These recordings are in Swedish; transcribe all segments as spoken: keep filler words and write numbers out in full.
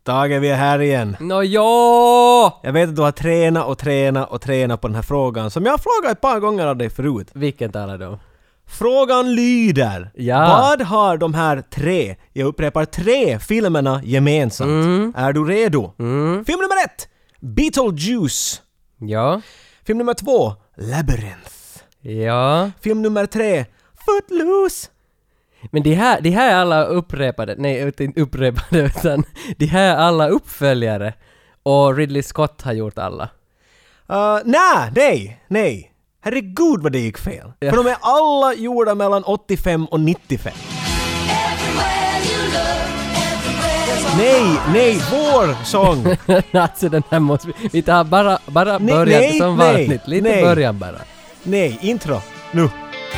Tage, vi är här igen. Nå ja! Jag vet att du har tränat och tränat och tränat på den här frågan som jag har frågat ett par gånger av dig förut. Vilken talar du om? Frågan lyder, Ja. vad har de här tre, jag upprepar tre filmerna gemensamt? Mm. Är du redo? Mm. Film nummer ett, Beetlejuice. Ja. Film nummer två, Labyrinth. Ja. Film nummer tre, Footloose. Men de här, de här är alla upprepade, nej inte upprepade utan de här är alla uppföljare och Ridley Scott har gjort alla. Uh, nej, nej, nej. Herregud vad det gick fel. Ja. För de är alla gjorda mellan åttiofem och nittiofem. Nej, nej, vår sång. Alltså den här måste vi, vi tar bara, bara Nej, början nej, som nej, vanligt, lite nej. början bara. Nej, intro. Nu.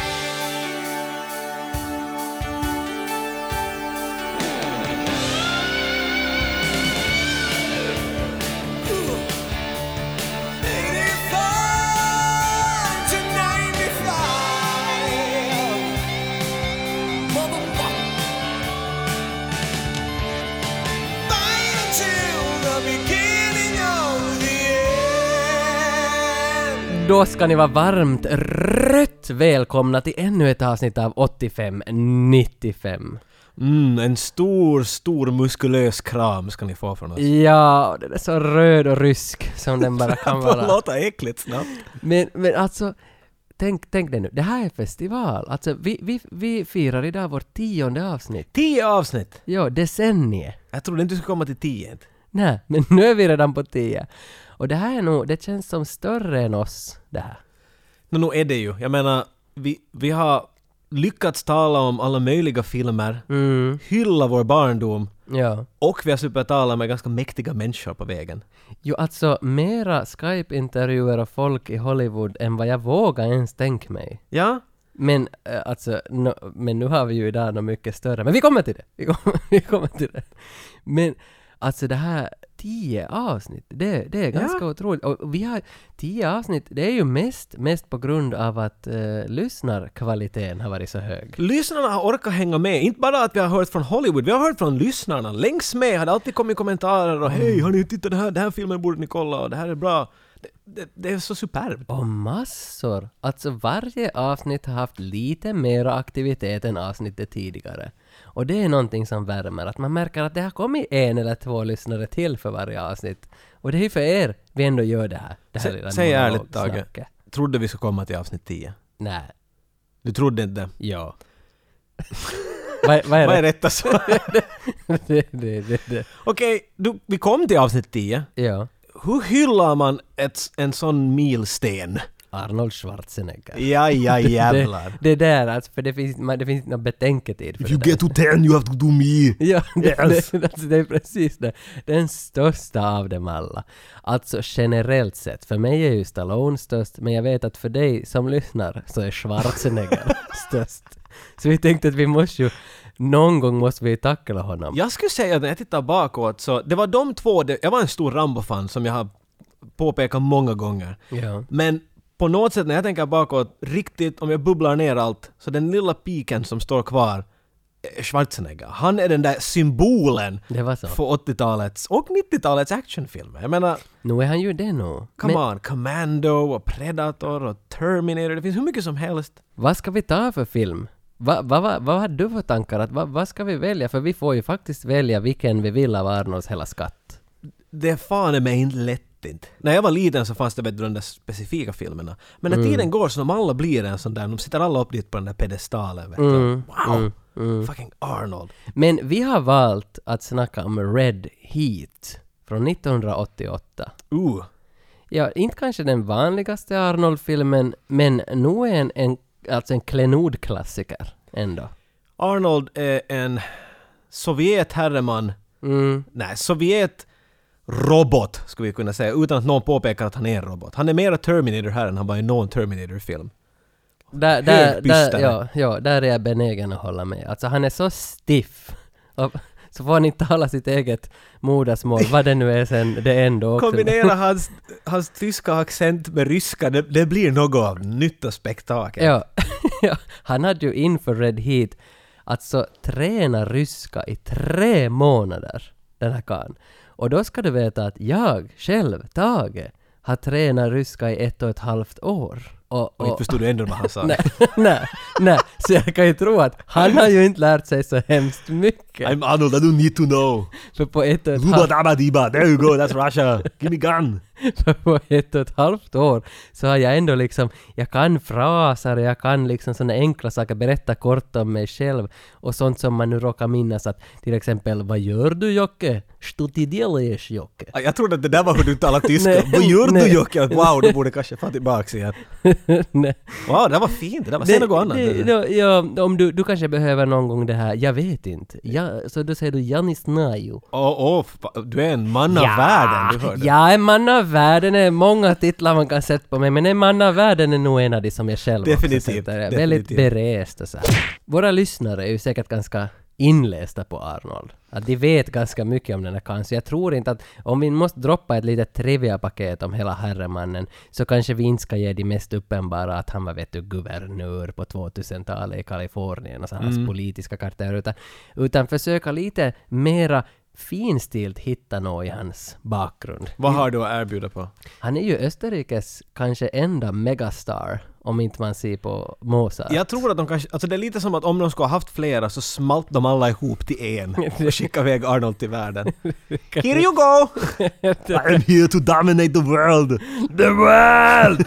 Då ska ni vara varmt rätt välkomna till ännu ett avsnitt av åttiofem nittiofem. Mm, en stor, stor muskulös kram ska ni få från oss. Ja, den är så röd och rysk som den bara kan Det vara. låter äckligt snabbt. Men, men alltså, tänk, tänk dig nu, det här är festival. Alltså, vi, vi, vi firar idag vårt tionde avsnitt. Tio avsnitt. Ja, decennier. Jag trodde inte du skulle komma till tio. Nej, men nu är vi redan på tio. Och det här är nog, det känns som större än oss, det här. No, nu är det ju. Jag menar, vi, vi har lyckats tala om alla möjliga filmer, Mm, hylla vår barndom ja. och vi har supert tala med ganska mäktiga människor på vägen. Jo, alltså mera Skype-intervjuer och folk i Hollywood än vad jag vågar ens tänka mig. Ja? Men äh, alltså, no, men nu har vi ju idag något mycket större. Men vi kommer till det. Vi kommer, vi kommer till det. Men alltså det här tio avsnitt, det, det är ganska Ja. otroligt. Och vi har tio avsnitt, det är ju mest, mest på grund av att uh, lyssnarkvaliteten har varit så hög. Lyssnarna har orkat hänga med. Inte bara att vi har hört från Hollywood, vi har hört från lyssnarna. Längs med hade alltid kommit kommentarer och hej, har ni tittat det här? Den här filmen borde ni kolla och det här är bra. Det, det, det är så superbt. Och massor. Alltså varje avsnitt har haft lite mer aktivitet än avsnittet tidigare. Och det är någonting som värmer. Att man märker att det har kommit en eller två lyssnare till för varje avsnitt. Och det är ju för er vi ändå gör det här. Det här Sä, lilla säg ärligt, Tage. monologsnacket. Trodde vi skulle komma till avsnitt tio? Nej. Du trodde inte? Ja. Vad vad är Vad är det? rätta svar? det, det, det, det. Okej, du, vi kom till avsnitt tio. Ja. Hur hyllar man ett, en sån milsten? Arnold Schwarzenegger. Ja, ja, jävlar. Det, det där, alltså, för det finns, man, det finns inte någon betänketid för If you det där. get to ten you have to do me. Ja, det, Yes. det, alltså, det är precis det. Den största av dem alla. Alltså generellt sett. För mig är ju Stallone störst, men jag vet att för dig som lyssnar så är Schwarzenegger störst. Så vi tänkte att vi måste ju, någon gång måste vi tackla honom. Jag skulle säga att när jag tittar bakåt så det var de två, det, jag var en stor Rambo-fan som jag har påpekat många gånger. Ja. Men på något sätt när jag tänker bakåt, riktigt om jag bubblar ner allt, så den lilla piken som står kvar är Schwarzenegger. Han är den där symbolen Det var så. för åttiotalets och nittiotalets actionfilmer. Jag menar, Nu är han ju det nu. come Men on, Commando och Predator och Terminator, det finns hur mycket som helst. vad ska vi ta för film? Va, va, va, vad har du för tankar? Att, va, vad ska vi välja? För vi får ju faktiskt välja vilken vi vill av Arnolds hela skatt. Det är fan är mig inte lätt inte. När jag var liten så fanns det vet du, de där specifika filmerna. Men när Mm. tiden går så de alla blir en sån där, de sitter alla upp dit på den där pedestalen. Vet du. Mm, Wow! mm, mm. Fucking Arnold. Men vi har valt att snacka om Red Heat från nittonhundraåttioåtta. Uh. Ja, inte kanske den vanligaste Arnold-filmen, men nu är en, en, alltså en klenodklassiker ändå. Arnold är en Sovjet-herreman. Mm. Nej, Sovjet-robot skulle vi kunna säga, utan att någon påpekar att han är en robot. Han är mera Terminator här än han var i någon Terminator-film. Där, där, där, Högbystare. ja, ja, där är jag benägen att hålla med. Alltså han är så stiff. Och så får han inte tala sitt eget modersmål, vad det nu är sen, det är ändå också. Kombinera hans, hans tyska accent med ryska, det, det blir något av nytt och spektakel. Ja. Ja, han hade ju inför Red Heat alltså träna ryska i tre månader. den här kan. Och då ska du veta att jag själv, Tage, har tränat ryska i ett och ett halvt år. Och, Och inte förstod du ändå vad han sa. nej, nej, nej, så jag kan ju tro att han har ju inte lärt sig så hemskt mycket. I'm Arnold, I don't need to know. För på ett och ett Luba halvt, daba diba, there you go, that's Russia. Give me gun. för på ett och ett halvt år så har jag ändå liksom, jag kan fraser, jag kan liksom såna enkla saker, berätta kort om mig själv och sånt som man nu råkar minnas att till exempel, vad gör du Jocke? Stutidelesh Jocke. Jag trodde att det där var hur du talar tyska. Nej, Vad gör du nej. Jocke? Wow, du borde kanske få tillbaka igen. Nej. Wow, det där var fint. Det där var sen något annat. det, det, ja, om du, du kanske behöver någon gång det här, jag vet inte. Ja, så då säger du Janis Naju. Åh, åh, fa- du är en man av världen, du hörde. Jag är man av världen, är många titlar man kan sätta på mig, men en man av världen är nog en av de som jag själv Definitivt, också sätter. definitivt. Väldigt berest och så här. Våra lyssnare är ju säkert ganska inlästa på Arnold. Att de vet ganska mycket om den här kan, så jag tror inte att om vi måste droppa ett litet trivia-paket om hela herremannen så kanske vi inte ska ge de mest uppenbara att han var vet du, guvernör på tvåtusentalet i Kalifornien och så hans Mm. politiska karriär utan, utan försöka lite mera finstilt hitta något i hans bakgrund. Vad har du att erbjuda på? Han är ju Österrikes kanske enda megastar om inte man ser på Mozart. Jag tror att de kanske, alltså det är lite som att om de skulle ha haft flera så smalt de alla ihop till en och skickade iväg Arnold till världen. Here you go! I am here to dominate the world! The world!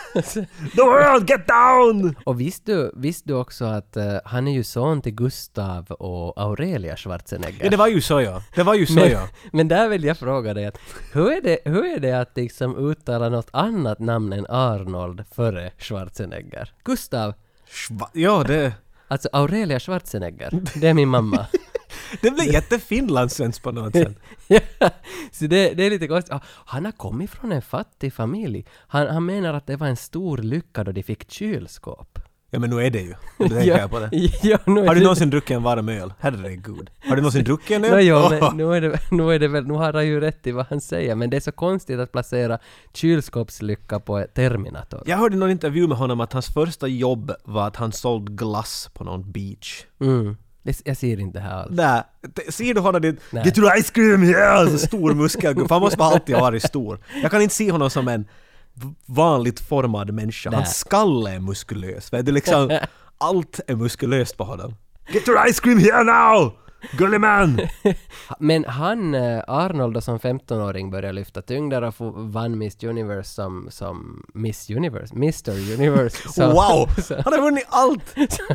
The world, get down! Och visste du, visste du också att uh, han är ju son till Gustav och Aurelia Schwarzenegger? Ja, det var ju så ja. Det var ju så men, ja. men där vill jag fråga dig att hur är det, hur är det att liksom uttala något annat namn än Arnold före Schwarzenegger? Gustav, Schwa- ja, det... alltså Aurelia Schwarzenegger, det är min mamma. Det blev jättefinlandssvenskt på något sätt. Ja, så det, det är lite konstigt. Ah, han har kommit från en fattig familj. Han, han menar att det var en stor lycka då de fick kylskåp. Ja, men nu är det ju. Då tänker ja, jag på det. Ja, nu är Har du det- någonsin druckit en varm öl? Herregud. Har du någonsin druckit en öl? No, jo, Åh. men nu är, det, nu är det väl, nu har han ju rätt i vad han säger, men det är så konstigt att placera kylskåpslycka på ett Terminator. Jag hörde någon intervju med honom att hans första jobb var att han sålde glass på någon beach. Mm. Det, jag ser inte det här alls. Där, t- ser du honom dit? Nej. Get your ice cream here! Så stor muskelgubbe. För han måste bara alltid ha varit stor. Jag kan inte se honom som en v- vanligt formad människa. Nej. Hans skalle är muskulös. För det är liksom, allt är muskulöst på honom. Get your ice cream here now! Gully man! Men han, eh, Arnold då som femtonåring började lyfta tyngder och få- vann Miss Universe som, som Miss Universe, mister Universe. Som, Wow! som, Han har vunnit allt!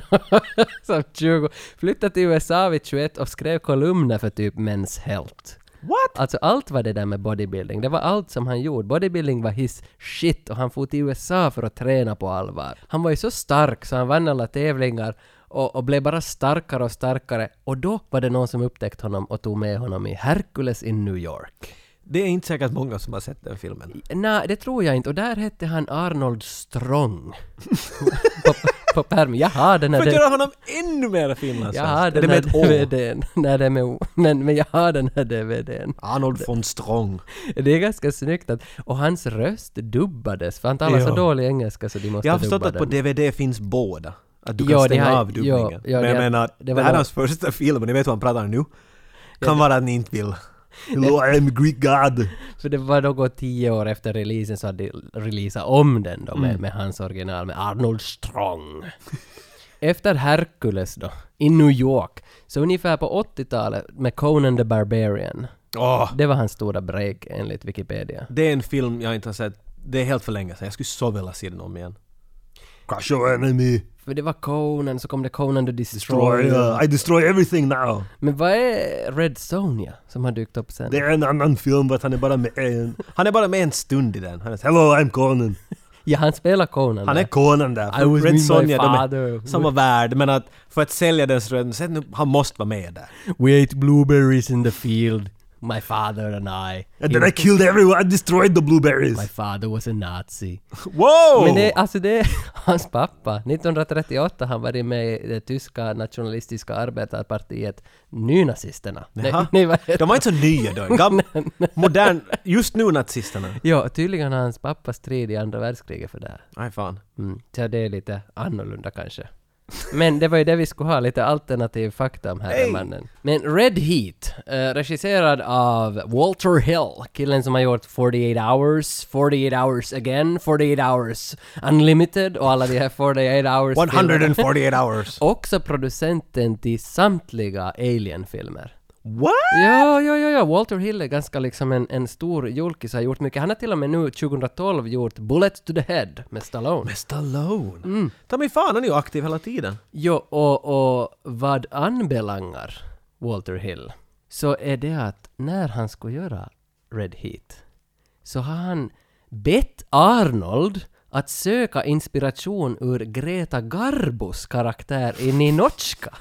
som tjugo. Flyttade till U S A vid tjugoett och skrev kolumner för typ Men's Health. What? Alltså allt var det där med bodybuilding. Det var allt som han gjorde. Bodybuilding var his shit och han for till U S A för att träna på allvar. Han var ju så stark så han vann alla tävlingar och, och blev bara starkare och starkare. Och då var det någon som upptäckte honom och tog med honom i Hercules i New York. Det är inte säkert många som har sett den filmen. Nej, det tror jag inte. Och där hette han Arnold Strong. på, på pärmen. Jag har den här... För att göra honom ännu mer finlandssvensk. Jag har Är det den med här ett D å? V D:n. Nej, det är med O. Men, men jag har den här D V D:n. Arnold von Strong. Det är ganska snyggt att... Och hans röst dubbades. För han talar så Ja. dålig engelska så de måste Jag har förstått dubba att på den. D V D finns båda. Att du Jo, kan det stänga har- av dubbningen. jo, jo, Men jag det- menar, det det, var här är nog- hans första film och ni vet vad han pratar nu. Kan vara att ni inte vill. Hello, I am Greek God. För det var något tio år efter releasen så hade de releasat om den då med, Mm. med hans original med Arnold Strong. Efter Hercules då, i New York, så ungefär på åttiotalet med Conan the Barbarian. Åh, Det var hans stora break enligt Wikipedia. det är en film jag inte har sett. Det är helt för länge sedan. Jag skulle så vilja se den om igen. Crush your enemy. För det var Conan, så kom det Conan the Destroyer. Destroy, I destroy everything now. Men vad är Red Sonja som har dykt upp sen? Det är en annan film, but han är bara med en... Han är bara med en stund i den. Han är hello, I'm Conan. Ja, han spelar Conan. Han är där. Conan där. I För was Red with my Sonja, de är father. samma värld. Men att för att sälja den så är det- han måste vara med där. We ate blueberries in the field. My father and I. And then I killed everyone. I destroyed the blueberries. My father was a Nazi. Wow! Men det, alltså det är hans pappa. nittonhundratrettioåtta han var med i det tyska nationalistiska arbetarpartiet Nynazisterna. Jaha. Nej, nej, vad heter De var inte så nya då. Gam- modern... Just nu nazisterna. Ja, tydligen har hans pappa strid i andra världskriget för det här. Nej fan. Mm. Så det är lite annorlunda kanske. Men det var ju det vi skulle ha, lite alternativ fakta om herremannen. Men Red Heat, eh, regisserad av Walter Hill, killen som har gjort forty-eight hours, forty-eight hours again, forty-eight hours unlimited och alla de här forty-eight hours one hundred forty-eight hours. Också producenten till samtliga Alien-filmer. What? Ja, ja, ja, ja. Walter Hill är ganska liksom en, en stor julkis, har gjort mycket. Han har till och med nu tjugohundratolv gjort Bullet to the Head med Stallone. Med Stallone? Mm. Ta mig fan, han är ju aktiv hela tiden. Jo, och, och vad anbelangar Walter Hill så är det att när han skulle göra Red Heat så har han bett Arnold att söka inspiration ur Greta Garbos karaktär i Ninotchka.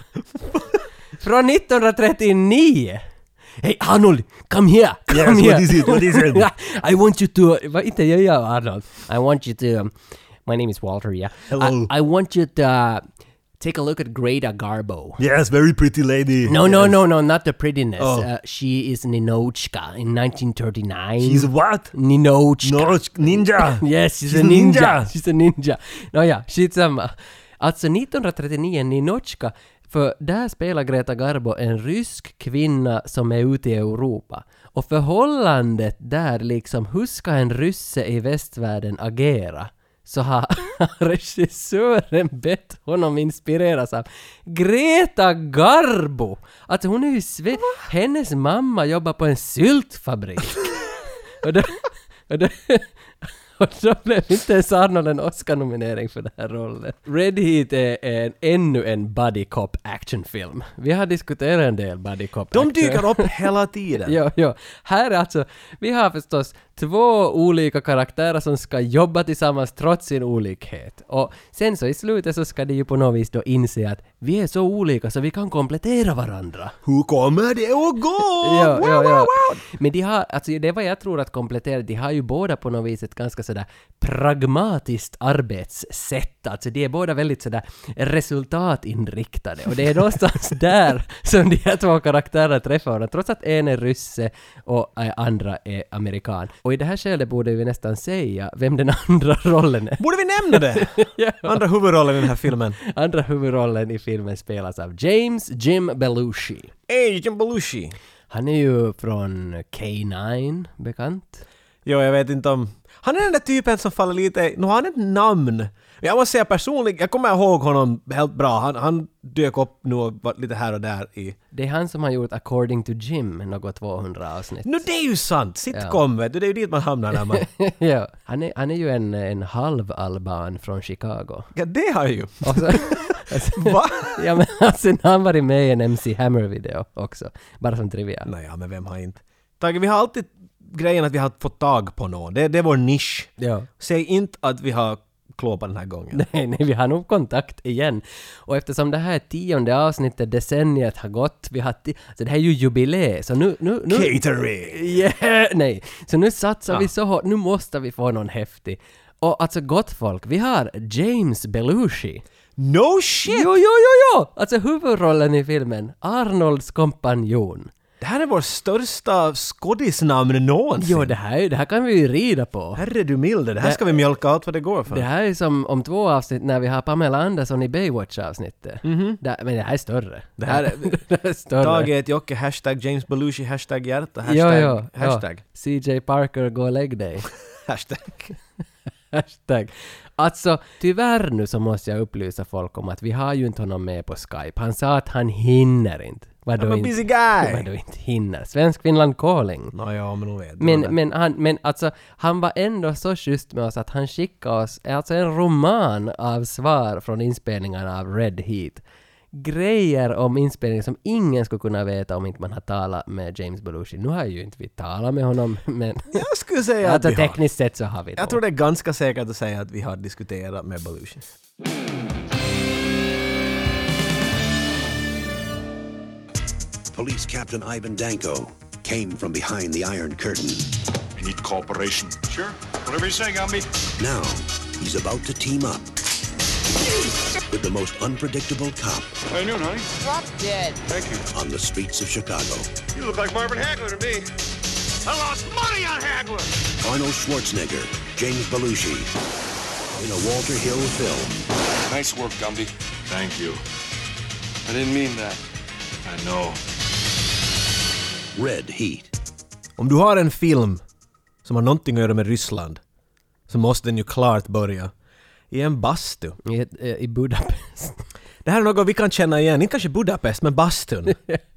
Från nittonhundratrettionio. Hey Arnold, come here, come yes, here. What is it? What is it? I want you to... Vad inte jag gör, Arnold? I want you to... Um, my name is Walter, yeah. Hello. I, I want you to uh, take a look at Greta Garbo. Yes, very pretty lady. No, yes. no, no, no, not the prettiness. Oh. Uh, she is Ninotchka in nineteen thirty-nine. She's what? Ninotchka. No, ninja. Yes, she's, She's a a ninja. ninja. She's a ninja. Nåja, skitsamma. Alltså nittonhundratrettionio, Ninotchka, för där spelar Greta Garbo en rysk kvinna som är ute i Europa. Och förhållandet där liksom, hur ska en rysse i västvärlden agera? Så har regissören bett honom inspireras av Greta Garbo. Alltså hon är ju sve- hennes mamma jobbar på en syltfabrik. och det... Och det Och då blev inte ens Arnold en Oscar-nominering för den här rollen. Red Heat är en, ännu en buddy cop actionfilm. Vi har diskuterat en del buddy cop De action. dyker upp hela tiden. Jo, jo. Här är alltså, vi har förstås två olika karaktärer som ska jobba tillsammans trots sin olikhet. Och sen så i slutet så ska de ju på något vis då inse att vi är så olika så vi kan komplettera varandra. Hur kommer det att gå? Ja, wow, ja, wow, ja. wow. Men de har, alltså det är vad jag tror att komplettera, de har ju båda på något vis ett ganska sådär pragmatiskt arbetssätt. Alltså de är båda väldigt sådär resultatinriktade. Och det är någonstans där som de här två karaktärerna träffar varandra, trots att en är rysse och äh, andra är amerikan. Och i det här skedet borde vi nästan säga vem den andra rollen är. Borde vi nämna det? Ja. Andra huvudrollen i den här filmen. Andra huvudrollen i filmen spelas av James Jim Belushi. Hey, Jim Belushi. Han är ju från K nine, bekant. Jo, jag vet inte om... Han är den där typen som faller lite... Nu har han ett namn. Jag måste säga personligen, jag kommer ihåg honom helt bra. Han, han dök upp nu och var lite här och där i... Det är han som har gjort According to Jim, något tvåhundra avsnitt. Nu det är ju sant! Sitcom, vet du, det är ju dit man hamnar när man... Ja, han är, han är ju en, en halv alban från Chicago. Ja, det har jag ju. Och så, alltså, Va? ja, men sen har han varit med i en M C Hammer-video också. Bara som trivia. Nej, men vem har inte? Tage, vi har alltid grejen att vi har fått tag på någon. Det, det är vår nisch. Ja. Säg inte att vi har klåpat den här gången. Nej, nej, vi har nog kontakt igen. Och eftersom det här tionde avsnittet, decenniet har gått, vi har ti- så det här är ju jubileum, så nu... nu, nu Catering! Yeah, nej. Så nu satsar Ah. vi så hårt, nu måste vi få någon häftig. Och alltså gott folk, vi har James Belushi. No shit! Jo, jo, jo, jo! Alltså huvudrollen i filmen, Arnolds kompanjon. Det här är vår största skådisnamn någonsin. Jo, det här, det här kan vi ju rida på. Herre du milde, det här Det- ska vi mjölka allt vad det går för. Det här är som om två avsnitt när vi har Pamela Anderson i Baywatch-avsnittet. Mhm. Det, men det här är större. Det här är... Det är större. Tage ett Jocke, hashtag James Belushi, hashtag hjärta, Jo, hashtag... jo, hashtag. ja. C J Parker, gå och lägg dig. Hashtag. Hashtag. Alltså, tyvärr nu så måste jag upplysa folk om att vi har ju inte honom med på Skype. Han sa att han hinner inte. Vadå I'm a inte? busy guy! Vadå inte hinner? Svensk Finland calling. Nå ja, men nog vet du Men, det. men, han, men alltså, han var ändå så schysst med oss att han skickade oss alltså en roman av svar från inspelningarna av Red Heat. Grejer om inspelningen som ingen skulle kunna veta om inte man har talat med James Belushi. Nu har ju inte vi talat med honom, men Jag skulle säga att alltså, vi har. tekniskt sett så har vi det. Jag tror det är ganska säkert att säga att vi har diskuterat med Belushi. Police Captain Ivan Danko came from behind the Iron Curtain. I need cooperation. Sure. Whatever you say, Gumby. Now, he's about to team up with the most unpredictable cop How you doing, honey? Drop dead. Thank you. on the streets of Chicago. You look like Marvin Hagler to me. I lost money on Hagler. Arnold Schwarzenegger, James Belushi, in a Walter Hill film. Nice work, Gumby. Thank you. I didn't mean that. I know. Red Heat. Om du har en film som har någonting att göra med Ryssland så måste den ju klart börja i en bastu. I, ett- i Budapest. Det här är något vi kan känna igen, inte kanske Budapest, men bastun.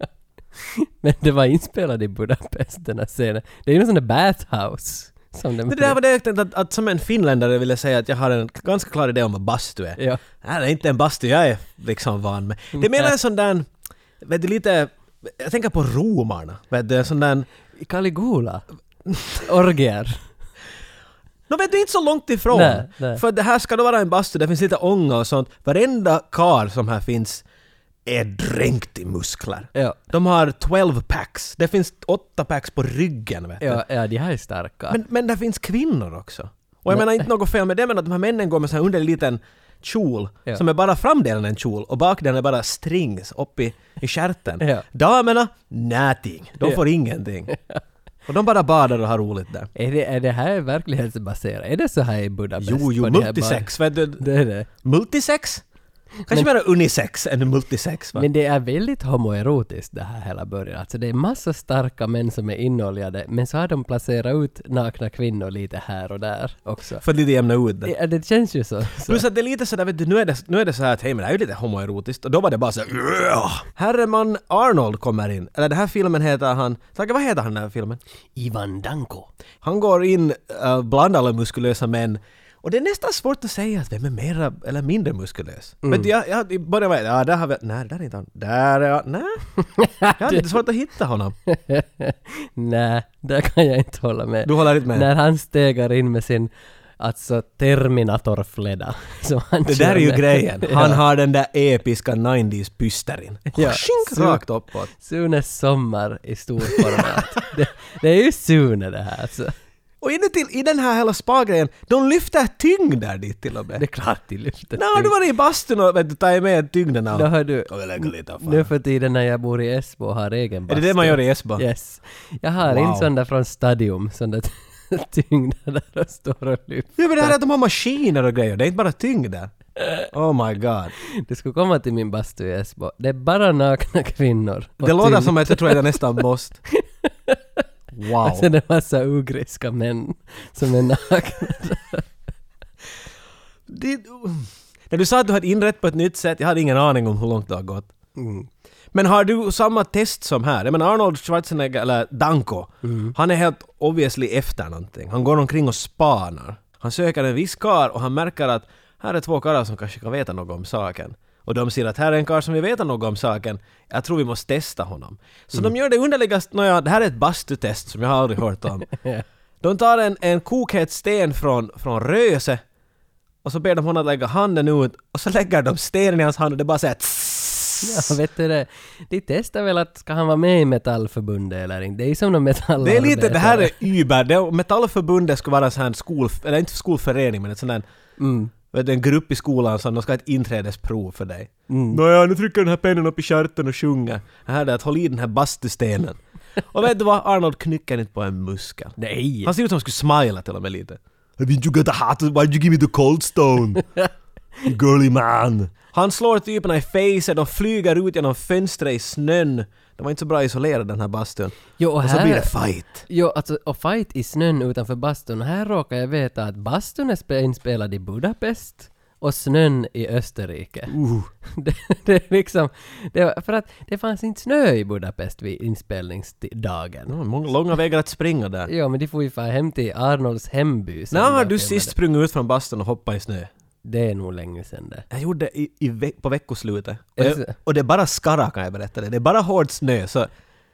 Men det var inspelat i Budapest, den här scenen. Det är ju en sån där bathhouse. Som den Det där var det jag tänkte att, att som en finländare ville säga att jag har en ganska klar idé om vad bastu är. Ja. Nej, det är inte en bastu jag är liksom van med. Det är mer en sån där, vet du, lite, jag tänker på romarna. Vet du, en sån där, I Caligula. Orgier. no, vet du, inte så långt ifrån. Nej, nej. För det här ska då vara en bastu, det finns lite ånga och sånt. Varenda kar som här finns är dränkt i muskler. Ja. De har tolv packs. Det finns åtta packs på ryggen, vet du. Ja, ja, de här är starka. Men, men det finns kvinnor också. Och jag Men- menar inte något fel med det, men att de här männen går med så här underlig liten kjol Ja. som är bara framdelen en kjol och bakdelen är bara strings upp i, i stjärten. Ja. Damerna, någonting. De Ja. får ingenting. Och de bara badar och har roligt där. Är det, är det här verklighetsbaserat? Är det så här i Budapest? Jo, jo, på de här multisex. Vet du, bar- Det är det. multisex? Kanske mer unisex än multisex, va? Men det är väldigt homoerotiskt det här hela början. Alltså det är massa starka män som är inoljade, men så har de placerat ut nakna kvinnor lite här och där också. För att lite jämna ut det. Ja, det känns ju så. så. Plus att det är lite sådär, vet du, nu är det, nu är det så här att hej, men det här är ju lite homoerotiskt. Och då var det bara så här, herreman Arnold kommer in. Eller den här filmen heter han, Saga, vad heter han den här filmen? Ivan Danko. Han går in uh, bland alla muskulösa män. Och det är nästan svårt att säga att vem är mera eller mindre muskulös. Mm. Men jag, jag i början var jag, ja där har vi, nej där är inte han, där är jag, nej. Jag hade lite svårt att hitta honom. Nej, där kan jag inte hålla med. Du håller inte med? När han stegar in med sin alltså Terminator-fleda. som han Det kör där är ju med. grejen. Han Ja. har den där episka nineties pysterin. Ja, Skink så- rakt uppåt. Sunes sommar i stor format. det, det är ju Sune det här alltså. Och inuti, i den här hela spa-grejen, de lyfter tyngder dit till och med. Det är klart de lyfter. Nej, har du varit i bastun och vet du, tagit med tyngderna? Då har du, Och vi lägger lite av fan. nu för tiden när jag bor i Esbo och har egen Är bastu. det det man gör i Esbo? Yes. Jag har Wow. en sån där från Stadium, sån där tyngder där och står och lyfter. Ja, men det här är att de har maskiner och grejer, det är inte bara tyngder. Oh my god. Du ska komma till min bastu i Esbo. Det är bara nakna kvinnor. och Det låter tyngd. som att jag tror att jag nästan måste. Wow. Sen är det massa ugriska män som är nakna. Det, när du sa att du hade inrett på ett nytt sätt, jag hade ingen aning om hur långt det har gått. Mm. Men har du samma test som här? Jag menar Arnold Schwarzenegger, eller Danko, han är helt obviously efter någonting. Han går omkring och spanar. Han söker en viss kar och han märker att här är två karlar som kanske kan veta något om saken. Och de säger att här är en karl som vi vet något om saken. Jag tror vi måste testa honom. Så de gör det underligaste, nåja, det här är ett bastutest som jag har aldrig hört om. De tar en, en kokhet sten från, från Röse och så ber de honom att lägga handen ut och så lägger de stenen i hans hand och det bara säger Ja, vet du det? De testar väl att ska han vara med i Metallförbundet eller inte? Det är ju som de metallarbetare. Det är lite, det här är Uber. Det, Metallförbundet skulle vara en sån här skol, eller inte skolförening men en sån där, Mm. vet du, en grupp i skolan som de ska ha ett inträdesprov för dig. Mm. Nåja, nu trycker den här pennen upp i skärten och sjunger. Här är det att hålla i den här bastustenen. Och vet du vad? Arnold knycker inte på en muskel. Nej! Han ser ut som han skulle smila till och med lite. Haven't you got a hat? Why'd you give me the cold stone? You girly man. Han slår typerna i facet, de flyger ut genom fönstret i snön. Det var inte så bra isolerad den här bastun. Jo, och Och så här, blir det fight. Jo, alltså, och fight i snön utanför bastun. Och här råkar jag veta att bastun är spe- inspelad i Budapest och snön i Österrike. Uh. det, det är liksom... Det var, för att det fanns inte snö i Budapest vid inspelningsdagen. No, många långa vägar att springa där. Jo, men de får ju fan hem till Arnolds hemby. sen När har jag du filmade. sist sprungit ut från bastun och hoppat i snö? Det är nog länge sedan det. Jag gjorde det i, i ve- på veckoslutet. Och, Är det jag, så? och det är bara skarra kan jag berätta det. Det är bara hård snö så...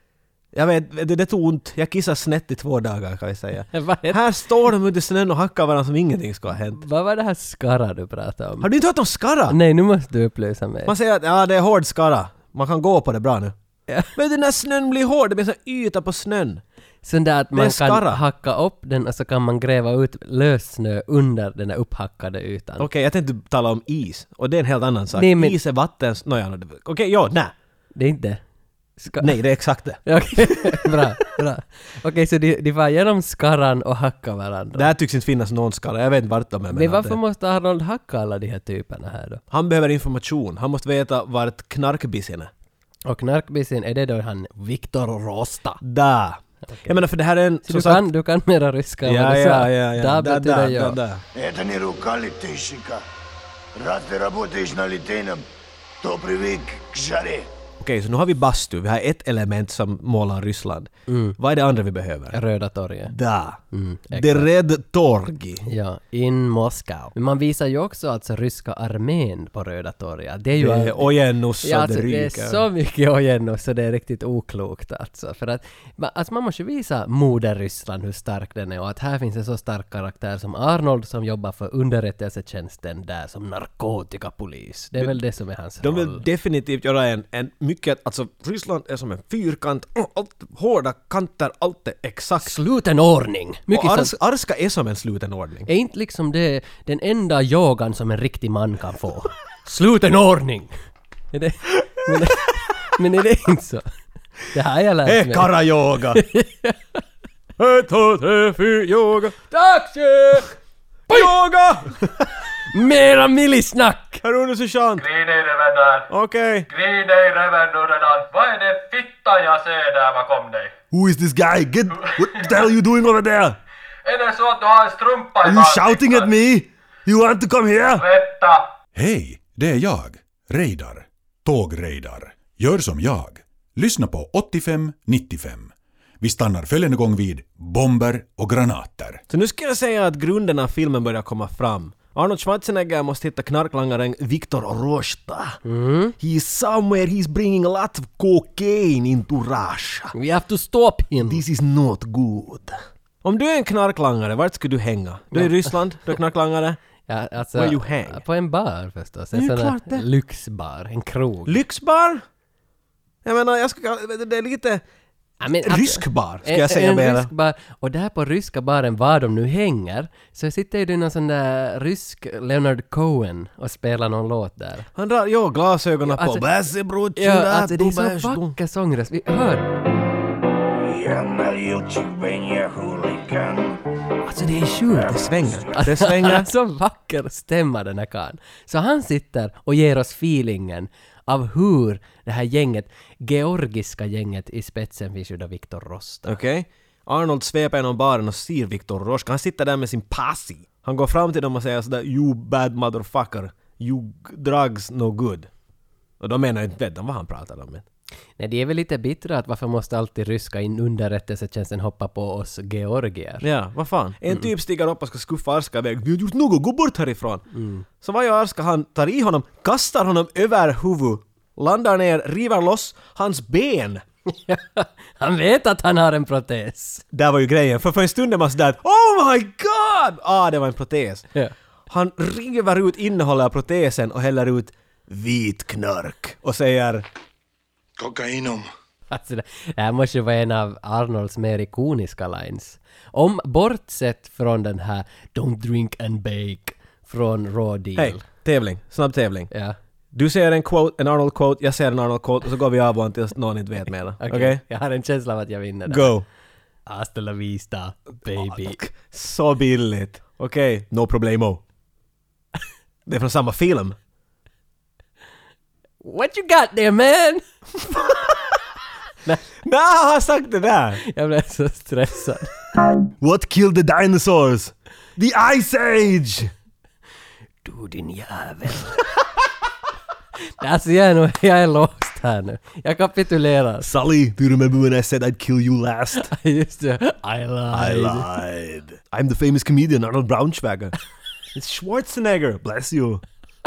Jag vet, det, det tog ont. Jag kissade snett i två dagar kan jag säga. Vad, het, Här står de ute i snön och hackar varandra som ingenting ska ha hänt. vad var det här skarra du pratade om? Har du inte hört om skarra? Nej, nu måste du upplysa mig. Man säger att ja, det är hård skarra. Man kan gå på det bra nu. Ja. Men den här snön blir hård, det blir så yta på snön. Så där att Det är man kan skarra. hacka upp den och så kan man gräva ut lössnö under den här upphackade ytan. Okej, jag tänkte tala om is. Och det är en helt annan sak. Nej, men- Is är vatten... Nåja, no, okej, ja, nej. Det är inte... Ska... Nej, det är exakt det. Okej, bra. Bra. Okej, så de, de var genom skarran och hacka varandra. Där tycks inte finnas någon skala. Jag vet inte vart de är. Men varför måste Arnold hacka alla de här typerna här då? Han behöver information. Han måste veta vart knarkbissen är. Och knarkbissen, är det då han Victor Rosta? Där. Okay. Jag menar, för det här är en... Så du, kan, du kan mera ryska än ja, vad du ja, sa. ja, ja. Da Där, betyder där, jag. där, där. Это не рука летейщика. Раз ты работаешь на литейном, то привык к жаре. Okej, så nu har vi bastu. Vi har ett element som målar Ryssland. Mm. Vad är det andra vi behöver? Röda torget. Där. Mm, det Red Torgi. Ja, in Moskau. Men man visar ju också alltså ryska armén på Röda torget. Det är ju... Det är ojenussa, ja, alltså, det det är ryker. så mycket ojenus så det är riktigt oklokt alltså. För att alltså, man måste visa moder Ryssland hur stark den är och att här finns en så stark karaktär som Arnold som jobbar för underrättelsetjänsten där som narkotikapolis. Det är väl det som är hans De vill roll. definitivt göra en, en mycket... Alltså, Ryssland är som en fyrkant. Allt, hårda kanter, allt är exakt. Sluten ordning! Mycket Och så- Ars, Arska är som en sluten ordning. Är inte liksom det den enda yogan som en riktig man kan få? Sluten ordning! Är det, men, men är det inte så? Det här har jag lärt Hej, mig. karayoga! Ett, två, tre, fyra, yoga! Taxi! Yoga! Mera millisnack! Här under sergeant! Grin i reven där. Okej. Grin i reven nu redan. Vad är det fitta jag ser där bakom dig? Who is this guy? Get... What the hell are you doing over there? Är det så att du har en strumpa i Are you shouting at me? You want to come here? Vetta! Hej, det är jag, Reidar. Tågreidar. Gör som jag. Lyssna på åttiofem nittiofem. Vi stannar följande gång vid bomber och granater. Så nu ska jag säga att grunden av filmen börjar komma fram. Arnold Schwarzenegger måste hitta knarklangaren Victor Rosta. Mm. He's somewhere, he's bringing a lot of cocaine into Russia. We have to stop him! This is not good. Om du är en knarklangare, vart ska du hänga? Du är i Ryssland, du är knarklangare. Ja, alltså, Where you hang? på en bar förstås. Det En är ju sån klart där det. lyxbar, en krog. Lyxbar? Jag menar, jag ska, det är lite... Ja, men att- Rysk bar, ska en, jag säga en mera. rysk bar. Och där på ryska baren, var de nu hänger, så sitter ju det någon sån där rysk Leonard Cohen och spelar någon låt där. Han drar, jo, glasögonen Ja, alltså- på. Bässe brotchen Ja, där, alltså det är så bärs, vacker sångröst. Vi hör. Я налил тебе хулиган. Alltså det är sjukt. Det svänger. Det Han svänger. har så vacker stämma den här karln. Så han sitter och ger oss feelingen av hur det här gänget, georgiska gänget i spetsen finns ju då Victor Rosta. Okej. Arnold sveper genom baren och ser Victor Roska. Han sitter där med sin passi. Han går fram till dem och säger sådär "You bad motherfucker. You drugs no good." Och de menar inte, vet de vad han pratar om. Nej, det är väl lite bittra att varför måste alltid ryska in underrättelsetjänsten hoppa på oss georgier? Ja, vad fan. En typ stiger upp och ska skuffa Arska iväg. Vi har gjort något, gå bort härifrån. Mm. Så vad gör Arska? Han tar i honom, kastar honom över huvud, landar ner, river loss hans ben. Han vet att han har en protes. Där var ju grejen. För för en stund är man sådär "Oh my god!" Ah, det var en protes. Ja. Han river ut innehållet av protesen och häller ut vit knark och säger Kokainum. Alltså det, det här måste ju vara en av Arnolds mer ikoniska lines. Om bortsett från den här Don't drink and bake från Raw Deal. hej, tävling, snabb tävling. Ja. Du ser en quote, en Arnold quote, jag ser en Arnold quote och så går vi av och tills någon inte vet mer. Okej? Okej. Jag har en känsla av att jag vinner där. Go! Hasta la vista, baby. Så billigt. Okej, no problemo. Det är från samma film. What you got there man? Nej, han har sagt det där! Jag blev så stressad. What killed the dinosaurs? The Ice Age! Du din jävel. Alltså jag är, nog, jag är låst här nu. Jag kapitulerar. Sully, do you remember when I said I'd kill you last? Just det. I lied. I lied. I'm the famous comedian Arnold Braunschweiger. It's Schwarzenegger, bless you.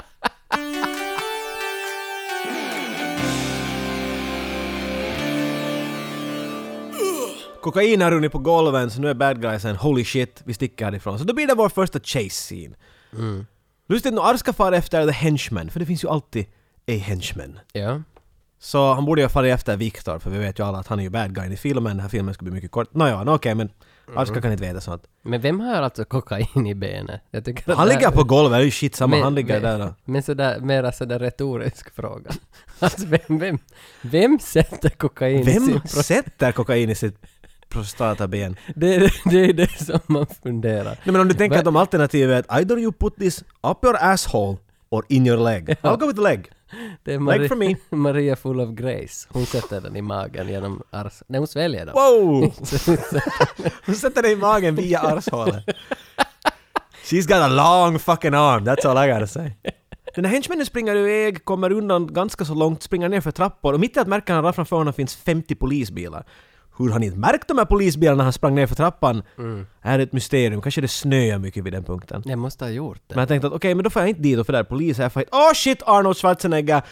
Kokain har runnit på golven så nu är bad guysen holy shit, vi sticker härifrån. Så då blir det vår första chase scene. Mm. Lustigt nog, Arska far efter the henchman, för det finns ju alltid a henchman. Ja. Så han borde ju fara efter Victor, för vi vet ju alla att han är ju bad guy i filmen. Den här filmen ska bli mycket kort. Nåja, no, okej, okay, men Arska kan inte veta sånt. Men vem har alltså kokain i benet? Jag tycker att Han det ligger här- på golvet, det är ju shit samma, Men- han ligger men- där då. Men sådär, mera sådär retorisk fråga. Alltså vem, vem, vem sätter kokain i sin Vem pro- sätter kokain i sitt prostataben. Det, det, det är det som man funderar. Nej, men om du tänker att de alternativet är att either you put this up your asshole or in your leg. I'll go with the leg. Det är Leg Maria, for me. Maria full of grace. Hon sätter den i magen genom ars... Nej, hon sväljer den. Wow! Hon sätter den i magen via arshålet. She's got a long fucking arm, that's all I gotta say. Den här henchmannen springer iväg, kommer undan ganska så långt, springer ner för trappor och mitt i att märka han framför honom finns femtio polisbilar. Hur han inte märkt de här polisbilarna när han sprang ner för trappan mm. är ett mysterium. Kanske det snöar mycket vid den punkten. Jag måste ha gjort det. Men jag tänkte att okej, okay, men då får jag inte dit och för där polis är fight. Åh oh, shit, Arnold Schwarzenegger!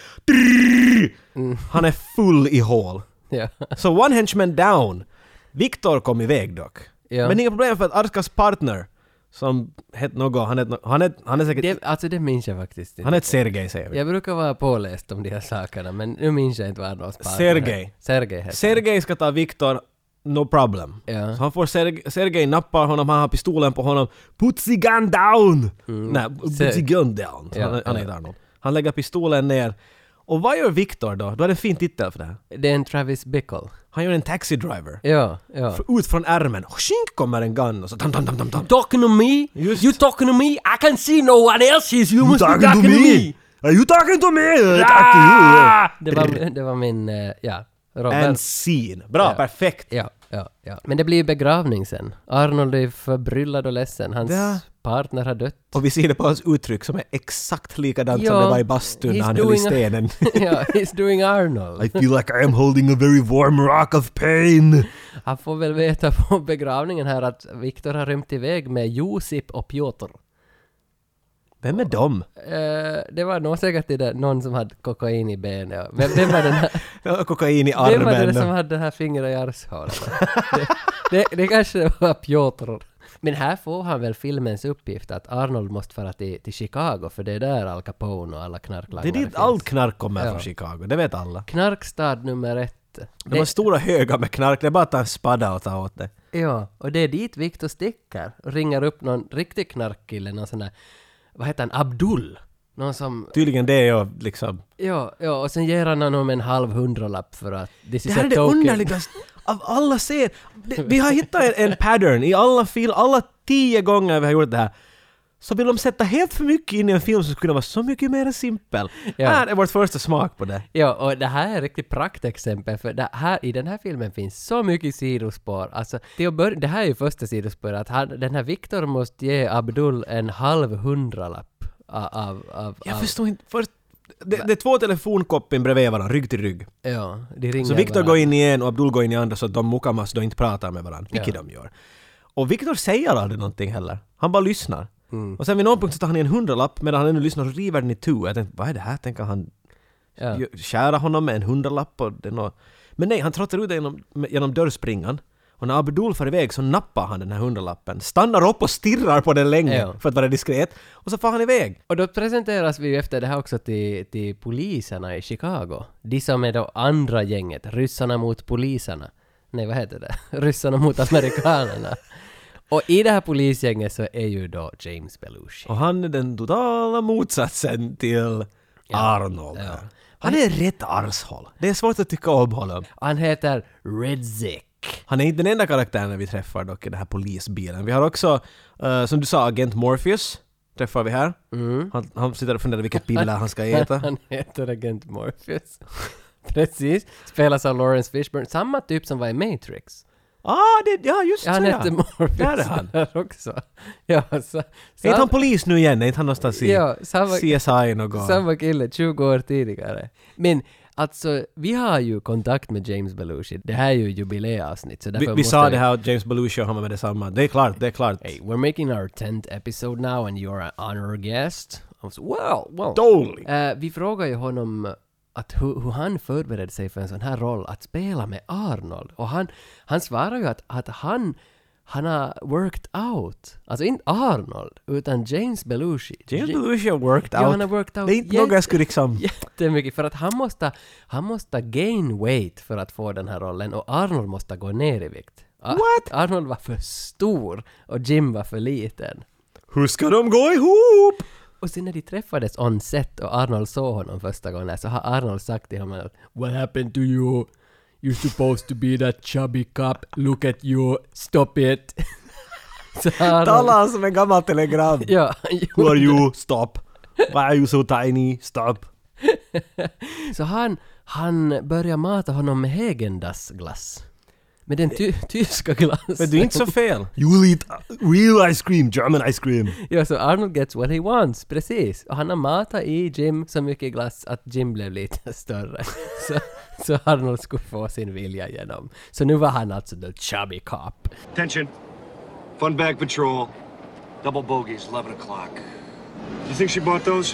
Mm. Han är full i hål. Ja. Så one henchman down. Victor kom iväg dock. Ja. Men inga problem för att Arskas partner som hette något, han är han är han är säkert det, alltså det minns jag faktiskt inte. Han heter Sergej, säger vi. Jag brukar vara påläst om de här sakerna, men nu minns jag inte vad Arnolds partner. Sergej. Sergej heter Sergej ska ta Victor, no problem. Ja. Så han får Sergej, Sergej nappar honom, han har pistolen på honom. Put the gun down! Mm. Nej, put Ser- the gun down. Ja, han, han är ja. Arnold. Han lägger pistolen ner. Och vad gör Victor då? Då är det en fin titel för det här. Det är en Travis Bickle. Han gör en taxi driver. Ja, ja. För ut från ärmen. Och skink kommer en gun och så tam tam tam tam tam. Talking to me? Just. You talking to me? I can see no one else is. You, you must talking be talking to me. me. Are you talking to me? Ah! Det var det var min uh, ja, Robert. En scene. Bra, ja. Perfekt. Ja, ja, ja. Men det blir ju begravning sen. Arnold är förbryllad och ledsen. Hans ja. partner har dött. Och vi ser det på hans uttryck som är exakt likadant ja, som det var i bastun när han höll i stenen. Ja, he's doing Arnold. I feel like I am holding a very warm rock of pain. Han får väl veta på begravningen här att Victor har rymt iväg med Josip och Piotr. Vem är de? Uh, det var nog säkert det, någon som hade kokain i benet. Vem, vem var den här? Ja, kokain i armen. Vem var det som hade det här fingret i arshålet? det, det, det kanske var Piotr. Men här får han väl filmens uppgift att Arnold måste fara till, till Chicago, för det är där Al Capone och alla knarklangare finns. Det är dit allt knark kommer ja. från Chicago, det vet alla. Knarkstad nummer ett. De har stora högar med knark, det är bara att ta en spadda och ta åt det. Ja, och det är dit Victor sticker och ringer upp någon riktig knarkkille, någon sån här, vad heter han, Abdul? Någon som... Tydligen det är ju liksom... Ja, ja, och sen ger han honom en halv hundralapp för att... Det här är det underligaste av alla ser. Vi har hittat en, en pattern i alla film, alla tio gånger vi har gjort det här. Så vill de sätta helt för mycket in i en film som skulle vara så mycket mer simpel. Ja. Här är vårt första smak på det. Ja, och det här är ett riktigt praktexempel, för det här, i den här filmen finns så mycket sidospår. Alltså, det, bör, det här är ju första sidospåret, att han, den här Victor måste ge Abdul en halv hundralapp. Av, av, av, jag förstår inte. Först, det, det är två telefonkoppin bredvid varandra, rygg till rygg. Ja, de ringer så Victor varandra. går in i en och Abdul går in i andra, så att de mukamas då inte pratar med varandra, vilket ja. de gör. Och Victor säger aldrig någonting heller. Han bara lyssnar. Mm. Och sen vid någon punkt så tar han en hundralapp medan han ännu lyssnar och river den i tu. Jag tänkte, vad är det här? Tänker han ja. skära honom med en hundralapp? Och det nå... Men nej, han trottar ut genom, genom dörrspringan. Och när Abdul far iväg så nappar han den här hundralappen, stannar upp och stirrar på den länge ja. för att vara diskret, och så far han iväg. Och då presenteras vi ju efter det här också till, till poliserna i Chicago. De som är då andra gänget, ryssarna mot poliserna. Nej, vad heter det? Ryssarna mot amerikanerna. Och i det här polisgänget så är ju då James Belushi. Och han är den totala motsatsen till ja. Arnold. Ja. Han är rätt arshåll. Det är svårt att tycka om honom. Han heter Redzik. Han är inte den enda karaktären vi träffar dock i den här polisbilen. Vi har också, uh, som du sa, Agent Morpheus träffar vi här. Mm. Han, han sitter och funderar vilket piller han ska äta. Han heter Agent Morpheus. Precis. Spelas av Lawrence Fishburne. Samma typ som var i Matrix. Ah, det, ja just ja, han så heter ja. Morpheus. Där är han. Där också. Ja, så, så, är inte han polis nu igen? Är inte han någonstans i ja, samma, C S I någon? Samma kille, tjugo år tidigare. Men alltså, vi har ju kontakt med James Belushi. Det här är ju jubileavsnitt. Så vi vi sa vi... det här och James Belushi och han var med detsamma. Det är klart, det är klart. Hey, we're making our tenth episode now and you're an honor guest. So, well, well. Totally. Uh, vi frågar ju honom att hur, hur han förberedde sig för en sån här roll att spela med Arnold. Och han, han svarar ju att, att han, han har worked out. Alltså inte Arnold, utan James Belushi. James Belushi har worked out. Ja, han har worked out. Det är inte något jag skulle liksom... Jättemycket, för att han måste, han måste gain weight för att få den här rollen. Och Arnold måste gå ner i vikt. What? Arnold var för stor och Jim var för liten. Hur ska de gå ihop? Och sen när de träffades on set och Arnold såg honom första gången så har Arnold sagt till honom: What happened to you? You're supposed to be that chubby cop. Look at you. Stop it. Så han- Talar han som en gammal telegram. Ja, Who are you? Stop. Why are you so tiny? Stop. Så han, han börjar mata honom med Häagen-Dazs-glass. Med den ty- tyska glassen. Men du är inte så fel. You will eat real ice cream, German ice cream. Ja, så Arnold gets what he wants, precis. Och han har matat i Jim så mycket glass att Jim blev lite större. så, så Arnold skulle få sin vilja igenom. Så nu var han alltså the chubby cop. Attention. Fun bag patrol. Double bogeys, eleven o'clock. You think she bought those?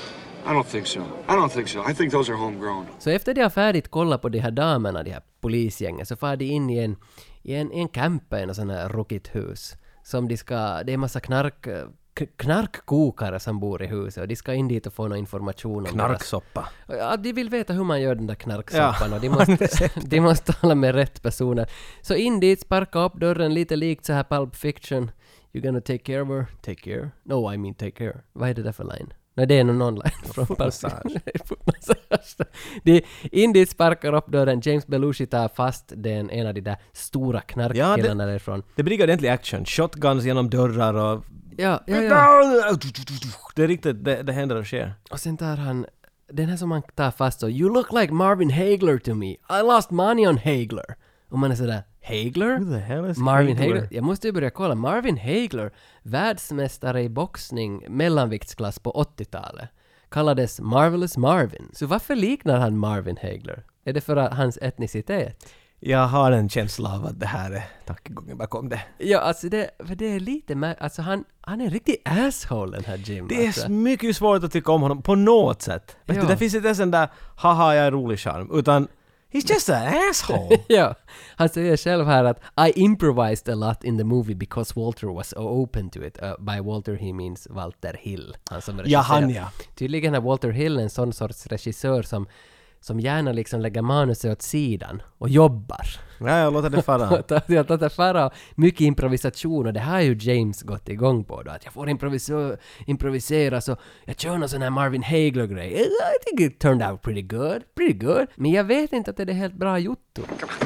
I don't think so. I don't think so. I think those are homegrown. Så efter de har färdigt kollat på de här damerna, de här polisgängen, så far de in i en, i en, en camper i en sån här ruckigt hus. Som de ska, det är en massa knark, k- knarkkokare som bor i huset och de ska in dit och få någon information om Knarksoppa. deras- Ja, de vill veta hur man gör den där knarksoppan och de måste, de måste tala med rätt personer. Så in dit, sparka upp dörren lite likt så här Pulp Fiction. You're gonna take care of her? Take care? No, I mean take care. Vad är det där för line? Nej, det är någon online från Footmassage. Footmassage. De in dit sparkar upp dörren. James Belushi tar fast den ena av de där stora knarkkillarna därifrån. Det blir ordentlig action. Shotguns genom dörrar och... Ja, ja, ja. Det är riktigt, det, det händer och sker. Och sen tar han den här som man tar fast så You look like Marvin Hagler to me. I lost money on Hagler. Och man är sådär, Hagler? Who the hell is Marvin Hagler? Hagler? Jag måste ju börja kolla. Marvin Hagler, världsmästare i boxning, mellanviktsklass på åttiotalet, kallades Marvelous Marvin. Så varför liknar han Marvin Hagler? Är det för att hans etnicitet? Jag har en känsla av att det här är tankegången bakom det. Ja, alltså det, för det är lite mer, alltså han, han är en riktig asshole den här Jim. Det är alltså. mycket svårt att tycka om honom på något sätt. Vet Ja. du, det finns inte ens en där haha jag är rolig charm, utan he's just an asshole. Ja, han säger själv här att I improvised a lot in the movie because Walter was so open to it. Uh, by Walter he means Walter Hill. Han som Ja, han ja. Tydligen är Walter Hill en sån sorts regissör som, som gärna liksom lägger manuset åt sidan och jobbar. Nej, jag låter det fara. Jag låter fara mycket improvisation och det här har ju James gått igång på då. Att jag får improvisera, improvisera så jag kör någon sån här Marvin Hagler-grej. I think it turned out pretty good, pretty good. Men jag vet inte att det är helt bra gjort.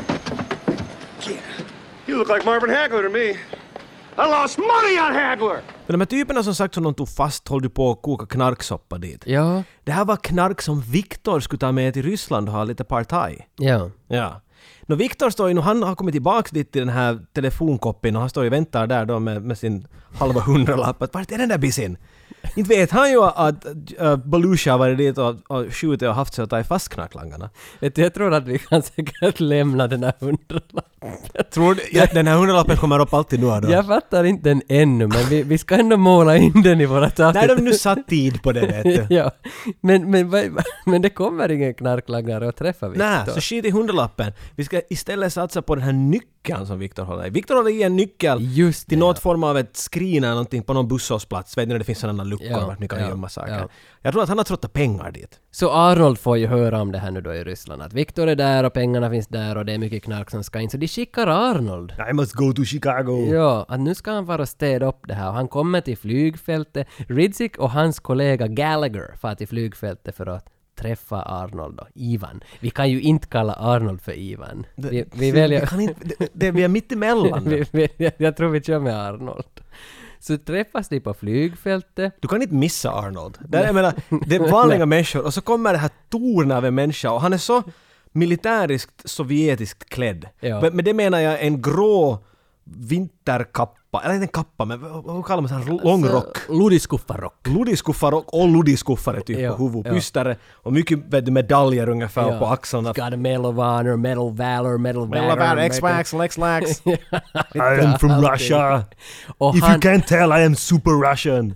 You look like Marvin Hagler to me. I lost money on Hagler! Men de här typerna som sagt som de tog fast höll du på att koka knarksoppa dit. Ja, Det här var knark som Viktor skulle ta med till Ryssland och ha lite partaj. ja. Ja. Nå Viktor står ju nu, han har kommit tillbaks dit till den här telefonkoppen och han står ju och väntar där då med, med sin halva hundralapp. Att vart är den där bisin? Inte vet han ju att uh, Belushi har varit dit och, och skjutit och haft sig att ta i fast knarklangarna. Vet du, jag tror att vi kan säkert lämna den här hundralappen. Tror du, ja, den här hundralappen kommer upp alltid nu då? Jag fattar inte den ännu, men vi, vi ska ändå måla in den i våra tavlor. När de nu satt tid på det vet du. Ja, men, men, vad- men det kommer ingen knarklangare att träffa Victor. Nej, så skit i hundralappen. Vi ska istället satsa på den här nyckeln som Viktor håller i. Viktor håller i en nyckel Just till det, något ja. form av ett skrin eller någonting på någon busshållplats. Vet ni när det finns sådana luckor Ja, vart ni kan ja, gömma saker. ja. Jag tror att han har trottat pengar dit. Så Arnold får ju höra om det här nu då i Ryssland. Att Victor är där och pengarna finns där och det är mycket knark som ska in. Så de skickar Arnold. I must go to Chicago. Ja, att nu ska han vara städa upp det här. Och han kommer till flygfältet. Ridzik och hans kollega Gallagher far till flygfältet för att träffa Arnold då. Ivan. Vi kan ju inte kalla Arnold för Ivan. Vi, vi vi väljer... kan inte, det, det, vi är mitt emellan. vi, vi, jag tror vi kör med Arnold. Så träffas de på flygfältet. Du kan inte missa Arnold. Där, jag menar, det är vanliga människor och så kommer det här torn av en människa och han är så militäriskt sovjetiskt klädd. Ja. Men, men det menar jag en grå vinterkappa, eller inte en kappa, men vad vad kallar man så här långrock? Ludiskuffarock. Ludiskuffarock och ludiskuffare typ Ja, på huvudet, ja. pystare och mycket vet du, medaljer ungefär Ja. på axlarna. Got a Medal of Honor, Medal of Valor, Medal of Valor. X-Wax, X-Lax. I Alltid. am from Russia. Och If han, you can't tell, I am super Russian.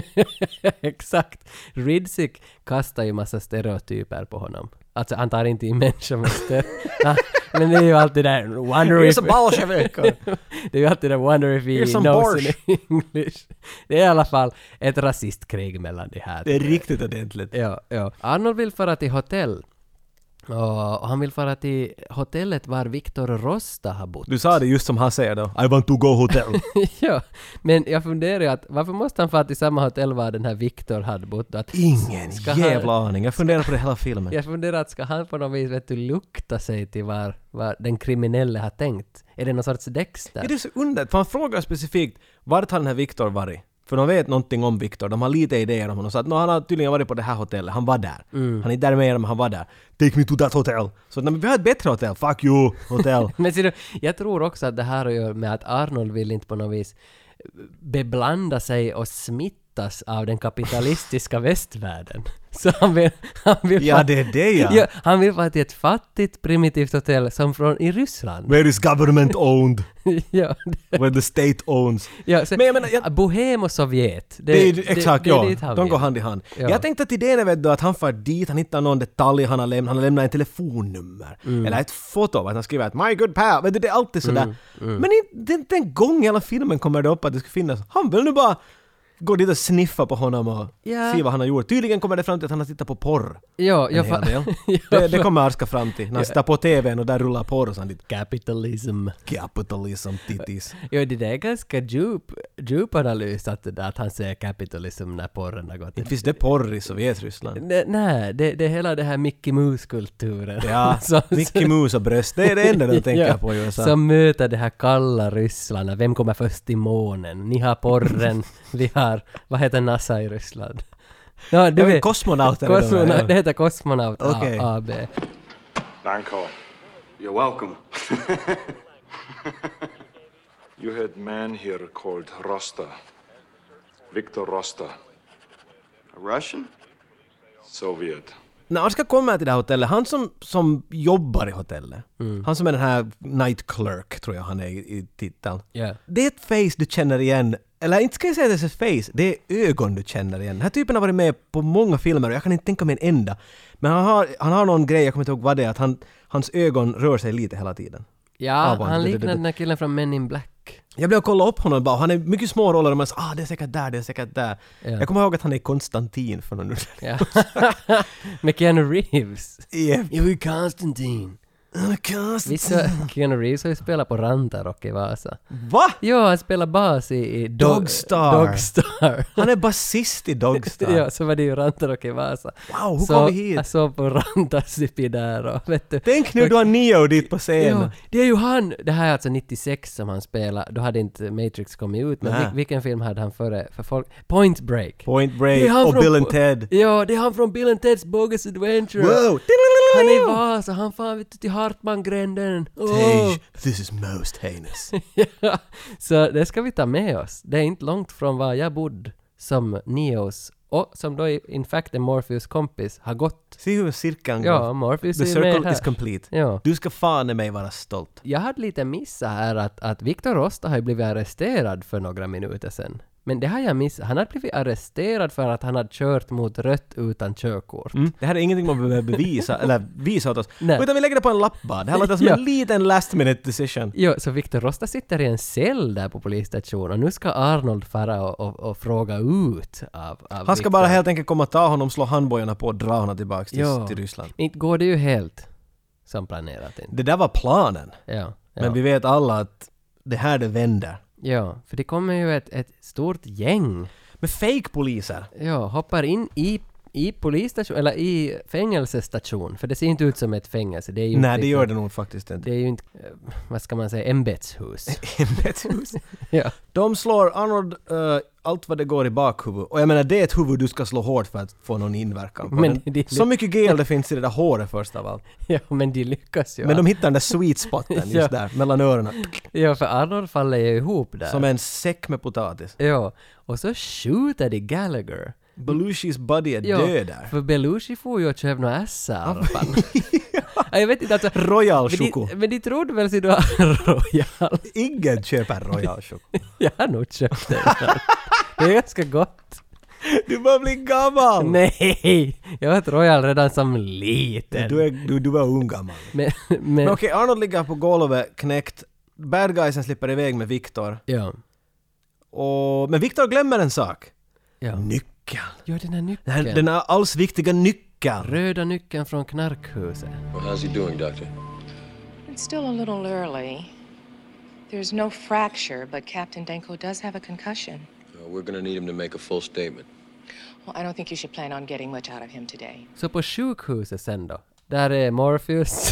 exakt. Ridzik kastar ju massa stereotyper på honom. Alltså han tar inte i människa med ster- Ja, men det är ju alltid där wonder Here's if... a bolshevik. det är ju alltid där wonder if he Here's some knows borscht. in English. Det är i alla fall ett rasistkrig mellan de här. Det är riktigt ordentligt. Ja, ja. Arnold vill fara till hotell. Och, och han vill fara till hotellet var Victor Rosta har bott. Du sa det just som han säger då. I want to go hotel. Ja, men jag funderar ju att varför måste han fara till samma hotell var den här Victor hade bott? Att Ingen ska jävla han, aning. Jag funderar på det hela filmen. Jag funderar att ska han på något vis vet du, lukta sig till var, var den kriminelle har tänkt? Är det någon sorts Dexter? Är det så underligt? För han frågar specifikt vart har den här Victor varit? För de vet någonting om Victor. De har lite idéer om honom. Så att no, han har tydligen varit på det här hotellet. Han var där. Mm. Han är där med men han var där. Take me to that hotel. Så att vi har ett bättre hotell. Fuck you, hotel. Men ser du, jag tror också att det här har gör med att Arnold vill inte på något vis beblanda sig och smittas av den kapitalistiska västvärlden. Så han vill... Han vill ja, det är det ja. ja. Han vill vara till ett fattigt, primitivt hotell som från i Ryssland. Where is government owned. ja. Det. Where the state owns. Ja, så, men jag menar... Jag, Bohem och Sovjet. Det, det är exakt, det, ja. Det, det de går hand i hand. Ja. Jag tänkte att idén är vet du, att han får dit, han hittar någon detalj han har lämnat. Han har lämnat en telefonnummer. Mm. Eller ett foto av att han skriver att my good pal. Vet du, det är alltid sådär. Mm. Mm. Men inte den, den gång i hela filmen kommer det upp att det ska finnas. Han vill nu bara... Gå dit och sniffa på honom och ja. se vad han har gjort. Tydligen kommer det fram till att han har tittat på porr. Ja, jag fa- ja, det, det kommer Arska fram till. När han ja. sitter på tvn och där rullar porr och så han dit. Capitalism. Capitalism, tittis. Ja, det är ganska djup, djup analys att, att han säger capitalism när porren har gått. Inte finns det porr i Sovjetryssland? Ne, nej, det, det är hela det här Mickey Mouse-kulturen. Ja, så, Mickey Mouse och bröst. Det är det enda de tänker ja, på i U S A. Som möter det här kalla Ryssland. Vem kommer först till månen? Ni har porren, vi har vad heter NASA i Ryssland? Ja, du vet. Kosmonauter. Kosmona- ja. Det heter Kosmonaut okay. A B. Banco. You're welcome. You had man here called Rosta. Victor Rosta. A Russian? Soviet. När Arska kommer till det här hotellet, han som, som jobbar i hotellet, mm. han som är den här night clerk, tror jag han är i, i titeln. Yeah. Det är ett face du känner igen. Eller inte ska jag säga att det är ett face, det är ögon du känner igen. Den här typen har varit med på många filmer och jag kan inte tänka mig en enda. Men han har, han har någon grej, jag kommer inte ihåg vad det är, att han, hans ögon rör sig lite hela tiden. Ja, ah, han liknar den här killen från Men in Black. Jag blev och kolla upp honom bara, han är mycket små roller och man säger, ah det är säkert där, det är säkert där. Ja. Jag kommer ihåg att han är Konstantin för någon ja. Med Keanu Reeves. Yeah. Jag är Konstantin. Vissa Keanu Reeves har ju spelat på Rantarock i Vasa. Va? Ja, han spelar bas i, i Dog, Dogstar. Dogstar. Han är basist i Dogstar. Ja, så var det ju Rantarock i Vasa. Wow, hur så kom vi hit? Jag såg på Rantarsipi där och vet du. Tänk nu, du har Neo dit på scenen. Ja, det är ju han. Det här är alltså nittiosex som han spelar. Då hade inte Matrix kommit ut. Men vil- vilken film hade han före för folk? Point Break. Point Break och från, Bill and Ted. Ja, det är han från Bill and Ted's Bogus Adventure. Wow. Han är i Vasa. Han fan vet du till Hartman-gränden. Oh. This is most heinous. Ja, så det ska vi ta med oss. Det är inte långt från var jag bodde som Neos och som då in fact är Morpheus kompis har gått. Se hur cirkeln går. Ja, Morpheus The är circle med här. is complete. Ja. Du ska fan i mig vara stolt. Jag hade lite missat här att, att Victor Rosta har ju blivit arresterad för några minuter sedan. Men det har jag missat. Han hade blivit arresterad för att han hade kört mot rött utan körkort. Mm. Det här är ingenting man behöver bevisa, eller visa åt oss. Nej. Utan vi lägger det på en lapp bara. Det här låter som ja. en liten last minute decision. Jo, så Victor Rosta sitter i en cell där på polisstationen och nu ska Arnold fara och, och, och fråga ut av, av Han ska Victor. bara helt enkelt komma och ta honom, slå handbojorna på och dra honom tillbaka till, ja. till Ryssland. Inte går det ju helt som planerat. Inte. Det där var planen. Ja, ja. Men vi vet alla att det här det vänder. Ja, för det kommer ju ett, ett stort gäng. Med fake-poliser. Ja, hoppar in i, i polisstation, eller i fängelsestation. För det ser inte ut som ett fängelse. Det är ju Nej, inte, det gör det nog faktiskt inte. Det är ju inte, vad ska man säga, ämbetshus. Ämbetshus. Ja. De slår Arnold uh, allt vad det går i bakhuvud. Och jag menar, det är ett huvud du ska slå hårt för att få någon inverkan på men den. Det, så mycket gel det finns i det där håret först av allt. Ja, men de lyckas ju. Men de hittar den där sweet spoten just ja. där, mellan öronen. Ja, för Arnold faller ju ihop där. Som en säck med potatis. Ja, och så skjuter de Gallagher. Belushis buddy är ja, död där. För Belushi får ju att köpa några S R. Ja, jag vet inte alltså. Royal Choco. Men, men de trodde väl sig du har Royal? Ingen köper Royal Choco. Jag har nog köpt det. Det är ganska gott. Du bara blir gammal. Nej, jag var ett Royal redan som liten. Du, är, du, du var ung gammal. Men, men, men okej, okay, Arnold ligger på golvet knäckt. Bad guysen slipper iväg med Victor. Ja. Och, men Victor glömmer en sak. Ja. Nyckeln. Ja, den här nyckeln. Den här, den här alls viktiga nyckeln nyckeln. Röda nyckeln från knarkhuset. Well, how's he doing, doctor? It's still a little early. There's no fracture, but Captain Denko does have a concussion. Uh, we're gonna need him to make a full statement. Well, I don't think you should plan on getting much out of him today. Så på sjukhuset sen då? Där är Morpheus.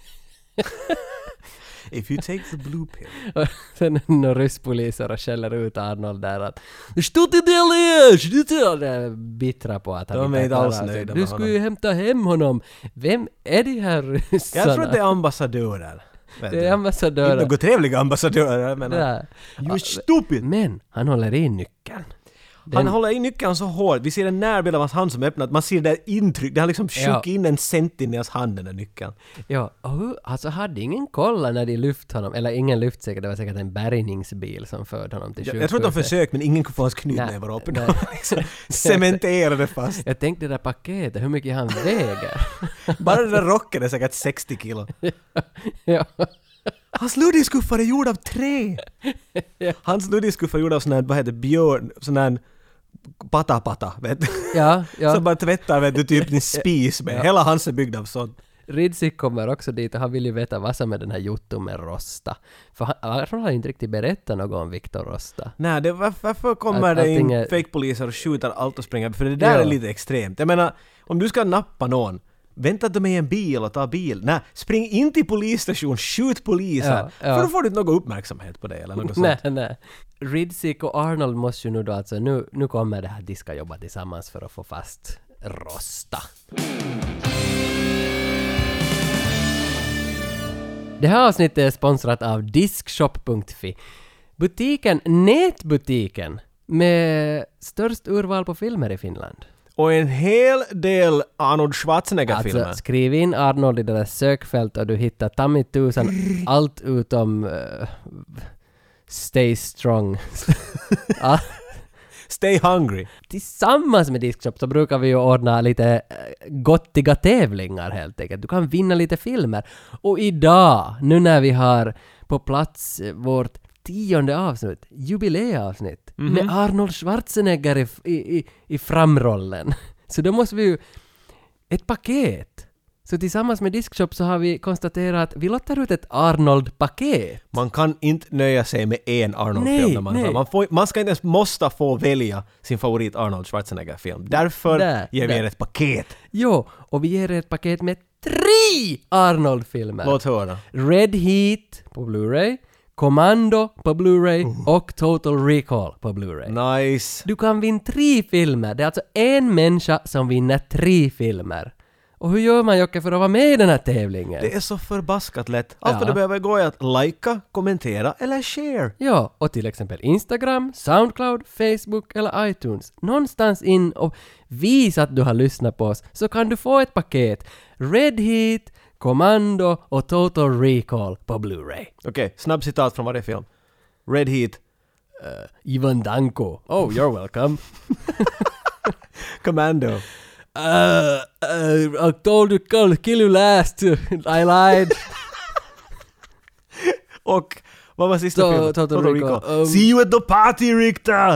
If you take the blue pill. Och sen några rysspoliser och skäller ut Arnold där att stå till det är bittra på att han De är inte alls klarar sig. nöjda Du med skulle ju honom. hämta hem honom. Vem är de här ryssarna? Jag tror att det är ambassadörer. vet Det du. är ambassadörer. Inte några trevliga ambassadörer, men Där. you stupid. Men han håller i nyckeln. Han Den- håller i nyckeln så hårt. Vi ser en närbild av hans hand som är öppnat. Man ser det intryck. Det har liksom Ja. sjukt in en cent in i hans hand, den där nyckeln. Ja, och hur, alltså hade ingen kollat när de lyft honom, eller ingen lyft säkert, det var säkert en bärgningsbil som förde honom till Jag, sjukhuset. jag tror att de försökte, men ingen kunde få hans knytnävar upp. nej. De liksom cementerade fast. Jag tänkte det där paketet, hur mycket han väger. Bara den där rocken är säkert sextio kilo. Ja. Hans luddiskuffar är gjord av trä. Hans luddiskuffar är gjord av sån här, vad heter det, björn, sån här pata-pata, vet du. Ja, ja. Så bara tvättar, vet du, typ din spis med. Ja. Hela hans är byggd av sånt. Ridzik kommer också dit och han vill ju veta vad som är den här Jotto med Rosta. För han, han har inte riktigt berättat något om Viktor Rosta. Nej, det, varför, varför kommer Att det in allting är- fake-poliser och skjuter allt och springer? För det där Ja. är lite extremt. Jag menar, om du ska nappa någon, vänta att de är i en bil och ta bil. Nej, spring in till polisstation, skjut poliser. Ja, ja. För då får du inte någon uppmärksamhet på det eller något Nej, sånt. nej. Ridzik och Arnold måste ju nu då alltså, nu, nu kommer det här att de ska jobba tillsammans för att få fast Rosta. Det här avsnittet är sponsrat av Diskshop punkt fi. Butiken, nätbutiken med störst urval på filmer i Finland. Och en hel del Arnold Schwarzenegger-filmer. Alltså, skriv in Arnold i det där sökfält och du hittar tammi tusan allt utom uh, Stay Strong. Ja. Stay hungry. Tillsammans med Diskshop så brukar vi ju ordna lite äh, gottiga tävlingar helt enkelt. Du kan vinna lite filmer. Och idag, nu när vi har på plats eh, vårt tionde avsnitt, jubileavsnitt, Mhm. med Arnold Schwarzenegger i, i, i, i framrollen. Så då måste vi ju... Ett paket! Så tillsammans med Diskshop så har vi konstaterat att vi lottar ut ett Arnold-paket. Man kan inte nöja sig med en Arnold-film Nej, när man nej. får. Man, får, man ska inte ens måste få välja sin favorit Arnold Schwarzenegger-film. Därför Där, ger vi där. er ett paket. Jo, och vi ger er ett paket med tre Arnold-filmer. Låt höra. Red Heat på Blu-ray, Commando på Blu-ray och Total Recall på Blu-ray. Nice. Du kan vinna tre filmer. Det är alltså en människa som vinner tre filmer. Och hur gör man, Jocke, för att vara med i den här tävlingen? Det är så förbaskat lätt. Allt Ja. vad du behöver gå är att likea, kommentera eller share. Ja, och till exempel Instagram, Soundcloud, Facebook eller iTunes. Någonstans in och visa att du har lyssnat på oss så kan du få ett paket. Red Heat, Commando och Total Recall på Blu-ray. Okej, snabb citat från varje film. Red Heat. Uh, Ivan Danko. Oh, you're welcome. Commando. Uh, uh, I told you to kill you last. I lied. Och vad var sista To- filmen? Total Recall. Um, See you at the party, Richter!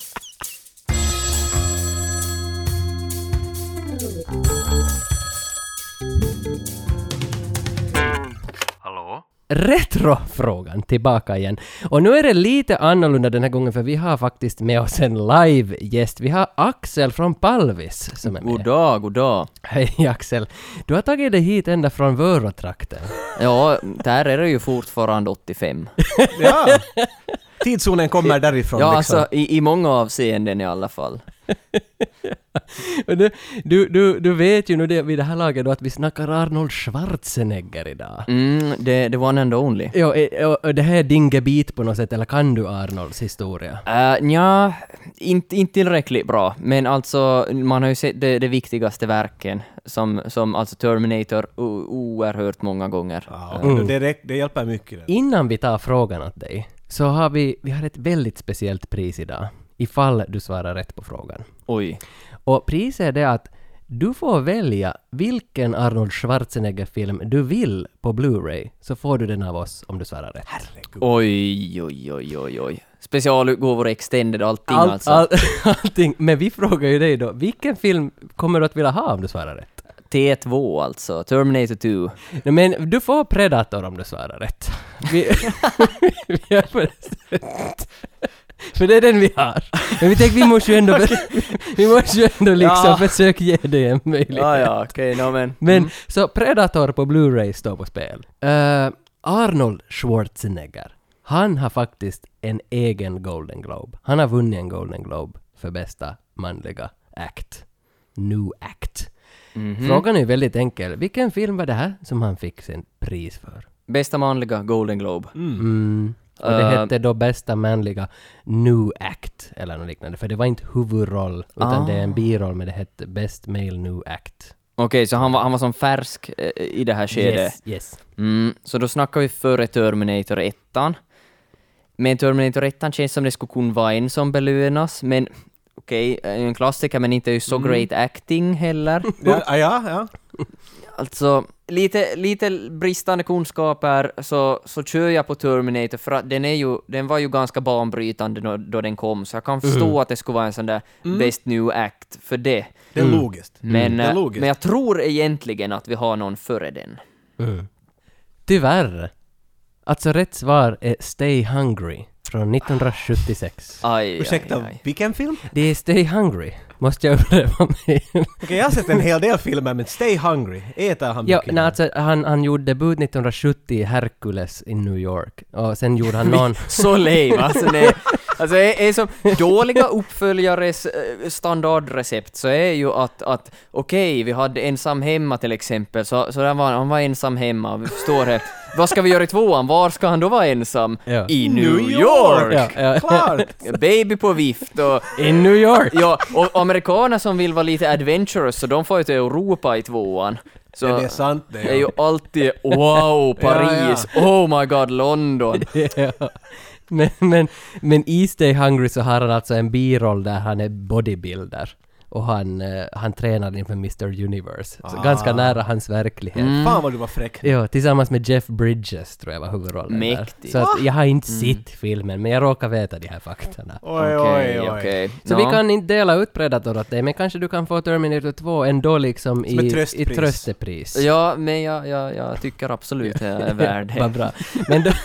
Hallå? Retrofrågan tillbaka igen. Och nu är det lite annorlunda den här gången för vi har faktiskt med oss en live-gäst. Vi har Axel från Palvis som är med. God dag, god dag. Hej Axel. Du har tagit dig hit ända från Vörå-trakten. Ja, där är det ju fortfarande åttiofem. Ja! Tidszonen kommer därifrån Ja, liksom. alltså i, i många avseenden i alla fall. Och du, du, du, du vet ju nu det, vid det här laget då att vi snackar Arnold Schwarzenegger idag. Mm, det, det one and only. Ja, och, och det här är din gebit på något sätt, eller kan du Arnolds historia? Uh, ja, inte, inte tillräckligt bra. Men alltså, man har ju sett det, det viktigaste verken som, som alltså Terminator o- oerhört många gånger. Ja, Uh, det, det, det hjälper mycket. Det. Innan vi tar frågan åt dig så har vi, vi har ett väldigt speciellt pris idag. Ifall du svarar rätt på frågan. Oj. Och priset är det att Du får välja vilken Arnold Schwarzenegger-film du vill på Blu-ray, så får du den av oss om du svarar rätt. Herregud. Oj, oj, oj, oj, oj. Specialutgåvor, extended, allting Allt, alltså. all, allting. Men vi frågar ju dig då, vilken film kommer du att vilja ha om du svarar rätt? T två alltså, Terminator två. Nej, men du får Predator om du svarar rätt. Vi, vi har på det sättet. För det är den vi har. Men vi tänkte vi måste ju ändå, vi måste ju ändå liksom Ja. försöka ge dig en möjlighet. Ja, ja, okej, okay, no, men. Men Mm. så Predator på Blu-ray står på spel. Uh, Arnold Schwarzenegger, han har faktiskt en egen Golden Globe. Han har vunnit en Golden Globe för bästa manliga act. New act. Mm-hmm. Frågan är ju väldigt enkel. Vilken film var det här som han fick sin pris för? Bästa manliga Golden Globe. Mm. Mm. Och det Uh, hette då bästa manliga New Act eller något liknande. För det var inte huvudroll utan Ah. det är en biroll, men det hette Best Male New Act. Okej, okay, så han var, han var som färsk eh, i det här skedet. Yes, yes. Mm, så då snackar vi före Terminator ett. Men Terminator ett känns som det skulle kunna vara en som belönas. Men okej, okay, en klassiker men inte så Mm. great acting heller. Ja, ja, ja. Alltså, lite, lite bristande kunskaper så, så kör jag på Terminator för att den, är ju, den var ju ganska banbrytande då, då den kom. Så jag kan förstå Mm. att det skulle vara en sån där Mm. Best New Act för det. Det är Mm. logiskt. Men, Det är eh, logiskt. men jag tror egentligen att vi har någon före den. Mm. Tyvärr. Alltså rätt svar är Stay Hungry från nittonhundrasjuttiosex. Aj, Ursäkta, aj, aj. vilken film? Det är Stay Hungry. Måste jag upprepa mig? Okej, jag har sett en hel del filmer, men Stay Hungry. Äter han Ja, mycket? nej, alltså, han, han gjorde debut nittonhundrasjuttio i Hercules i New York. Och sen gjorde han någon... Så lame, alltså nej. Alltså är, är som dåliga uppföljares eh, standardrecept så är ju att, att okej, okay, vi hade ensam hemma till exempel, så, så där var, han var ensam hemma, vi förstår det. Vad ska vi göra i tvåan? Var ska han då vara ensam? Ja. I New, New York! York! Ja, ja. Klart! Baby på vift och... In New York! Ja, och amerikaner som vill vara lite adventurous så de får ju till Europa i tvåan. Så Ja, det är sant det. det är ju alltid wow, Paris, Ja, oh my god, London. Ja. Men, men, men i Stay Hungry så har han alltså en biroll där han är bodybuilder. Och han, eh, han tränar inför mister Universe. Så Ah. ganska nära hans verklighet. Mm. Fan vad du var fräck. Ja, tillsammans med Jeff Bridges tror jag var huvudrollen där. Mäktigt. Så att jag har inte Mm. sett filmen, men jag råkar veta de här faktorna. Oj, Okej, oj, oj. okej. Så Ja. vi kan inte dela ut Predator åt dig, men kanske du kan få Terminator två ändå liksom Som ett i, i tröstpris. tröstepris. Ja, men jag, jag, jag tycker absolut det är värd Vad det. bra. Men då,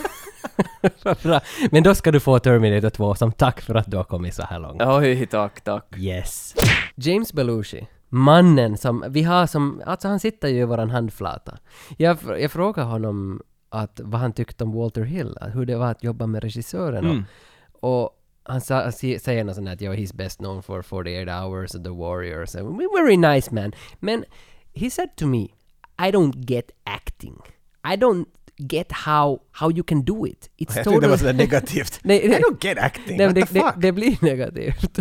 vad bra. Men då ska du få Terminator två som tack för att du har kommit så här långt. Oj, tack, tack. Yes. James Belushi. Mannen som vi har som... Alltså han sitter ju i våran handflata. Jag, fr- jag frågade honom att vad han tyckte om Walter Hill. Att hur det var att jobba med regissören. Mm. Och, och han, sa, han si- säger något sånt att yeah, he's best known for forty-eight hours of The Warriors. And we're very nice man. Men he said to me, I don't get acting. I don't get how how you can do it. It's Jag tyckte det var sådär negativt. Nej, I nej. don't get acting. Nej, What men the det, fuck? det, det blir negativt.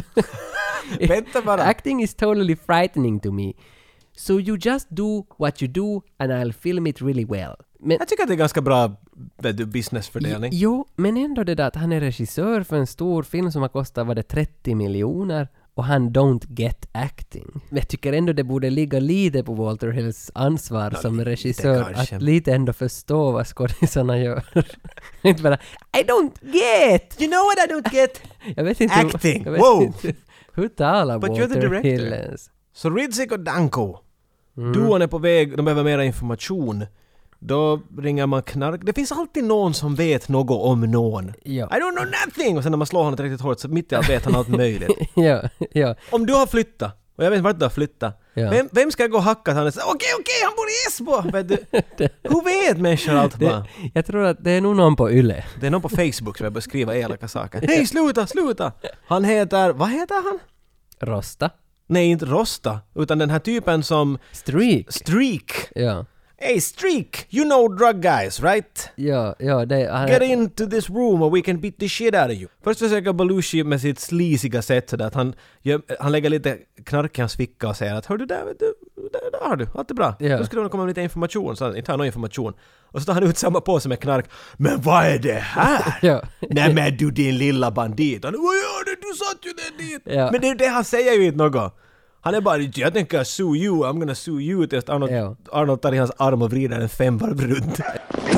Vänta bara. Acting is totally frightening to me. So you just do what you do and I'll film it really well. Men, Jag tycker att det är ganska bra vet du, businessfördelning. jo, men ändå det där att han är regissör för en stor film som har kostat, var det trettio miljoner? Och han don't get acting. Men jag tycker ändå det borde ligga lite på Walter Hills ansvar som lite regissör kanske. att lite ändå förstå vad skådisarna gör. Inte bara I don't get! You know what I don't get? Jag vet inte Acting. Jag vet Wow. inte hur talar But you're the Walter director. Hill ens? Så Ridzik och Danko. Mm. Duon är på väg, de behöver mera information. Då ringer man knark. Det finns alltid någon som vet något om någon. Ja. I don't know nothing! Och sen när man slår honom riktigt hårt så mitt i allt vet han allt möjligt. ja, ja. Om du har flyttat, och jag vet vart du har flyttat. Ja. Vem, vem ska gå och hacka? Han är så okej, okej, han bor i Esbo! Vet du? Hur vet människor allt bara? Det, jag tror att det är nog någon på Yle. Det är någon på Facebook som jag börjar skriva elaka saker. Hej, sluta, sluta! Han heter, vad heter han? Rosta. Nej, inte Rosta, utan den här typen som... Streak. Streak! Ja. Hey, Streak! You know drug guys, right? Ja, ja, det han, Get into this room or we can beat the shit out of you. Först försöker Belushi med sitt slisiga sätt sådär att han, gör, han lägger lite knark i hans ficka och säger att hör du där, vet du, där, där har du, allt är bra. Ja. Då skulle det komma med lite information, så han inte har någon information. Och så tar han ut samma påse med knark. Men vad är det här? Ja. Nej men du din lilla bandit. Han, vad gör du? Du satt ju där dit. Ja. Men det är det han säger ju inte något. Han är bara, jag tänker sue you, I'm gonna sue you. Tills Arnold, Ja. Arnold tar i hans arm och vrider en femvarv runt. No!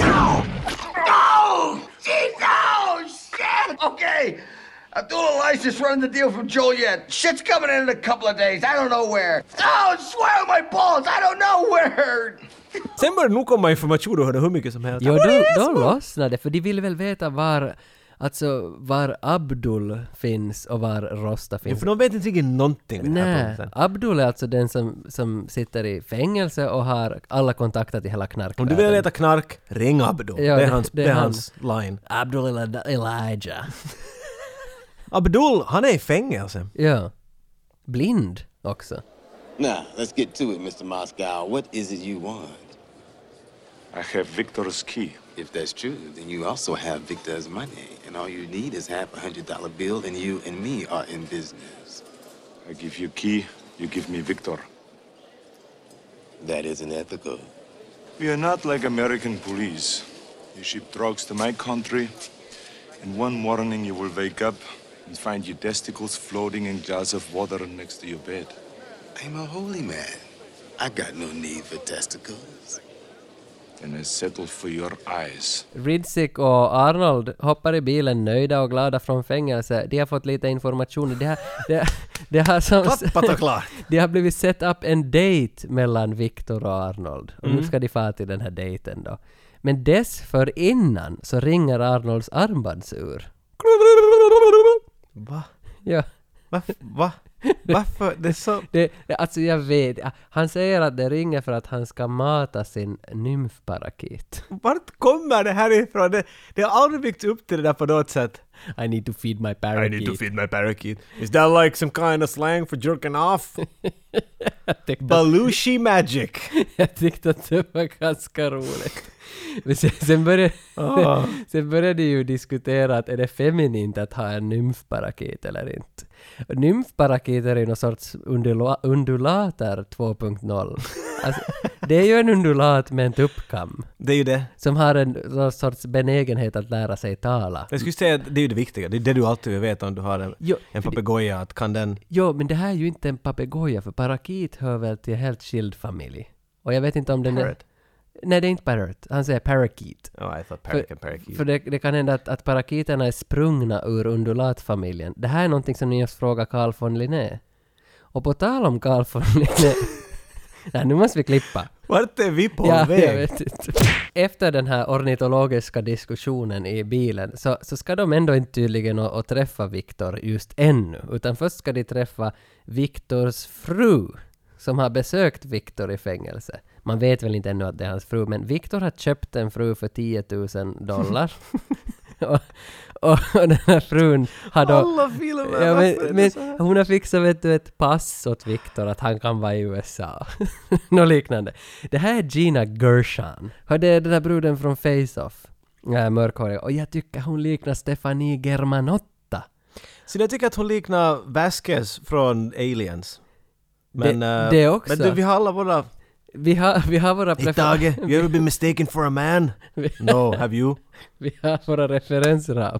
No! Shit! Okay. Abdullah Lice is running the deal from Joliet. Shit's coming in in a couple of days. I don't know where. Oh, swear on my balls. I don't know where. Sen börjar nog komma information och höra hur mycket som helst. Jo, Vad är då, det då som- lossnade, för de vill väl veta var, alltså, var Abdul finns och var Rosta Ja, finns. för de vet inte riktigt någonting vid den här Nej, punkten. Abdul är alltså den som, som sitter i fängelse och har alla kontakter till hela knarkvärlden. Om du vill leta knark, ring Abdul. Ja, det är det- hans, det det är är han. hans line. Abdul Eli- Elijah. Abdul, han är i fängelse. Ja. Blind också. Now, let's get to it, Mister Moscow. What is it you want? I have Victor's key. If that's true, then you also have Victor's money. And all you need is half a hundred dollar bill, and you and me are in business. I give you key, you give me Victor. That isn't ethical. We are not like American police. You ship drugs to my country, and one morning you will wake up and find your testicles floating in glass of water next to your bed. I'm a holy man. I got no need for testicles. Then I settle for your eyes. Ridsick och Arnold hoppar i bilen nöjda och glada från fängelse. De har fått lite information. Det har, det, det har, som, Klappat och klart. det har blivit set upp en date mellan Victor och Arnold. Och Mm. nu ska de fara till den här dejten då. Men dessför innan så ringer Arnolds armbandsur. Va? Ja. Va? Va? Varför? Det är så... Det, det, alltså jag vet, han säger att det ringer för att han ska mata sin nymfparakit. Vart kommer det här ifrån? Det, det har aldrig byggts upp till det där på något sätt. I need to feed my I parakeet. need to feed my parakeet. Is that like some kind of slang for jerking off? Belushi magic. Jag tyckte att det var ganska roligt. Men sen, sen, började, Ah. sen började de ju diskutera att är det feminint att ha en nymfparakit eller inte. Och nymfparakit är ju någon sorts undula, undulater två punkt noll. Alltså, det är ju en undulat med en tuppkam. Det är ju det. Som har en någon sorts benägenhet att lära sig tala. Jag skulle säga att det är ju det viktiga. Det är det du alltid vill veta om du har en, Jo, en för det- papegoja. Att kan den... Jo, men det här är ju inte en papegoja, för parakit hör väl till en helt skild familj. Och jag vet inte om den Parrot. är... Nej, det är inte parrot. Han säger parakeet. Oh, I thought parakeet, För, parakeet. för det, det kan hända att, att parakiterna är sprungna ur undulatfamiljen. Det här är någonting som ni just frågar Carl von Linné. Och på tal om Carl von Linné... Nej, nu måste vi klippa. Vart är vi på Ja, väg? jag vet inte. Efter den här ornitologiska diskussionen i bilen så, så ska de ändå inte tydligen och, och träffa Victor just ännu. Utan först ska de träffa Victors fru som har besökt Victor i fängelse. Man vet väl inte ännu att det är hans fru, men Victor har köpt en fru för tio tusen dollar. och, och, och den här frun har då... Alla filmer, Ja, varför är men, det men så här? hon har fixat vet du, ett pass åt Victor att han kan vara i U S A. Något liknande. Det här är Gina Gershon. Och det är den där bruden från Face-Off. Ja, mörkhårig. Och jag tycker hon liknar Stefanie Germanotta. Så jag tycker att hon liknar Vasquez från Aliens. Men, Det- eh, det också. Men du, vi har alla våra... Vi har, vi har våra Hey Tage, you ever been mistaken for a man? Vi- No, have you? Vi har våra referensramar.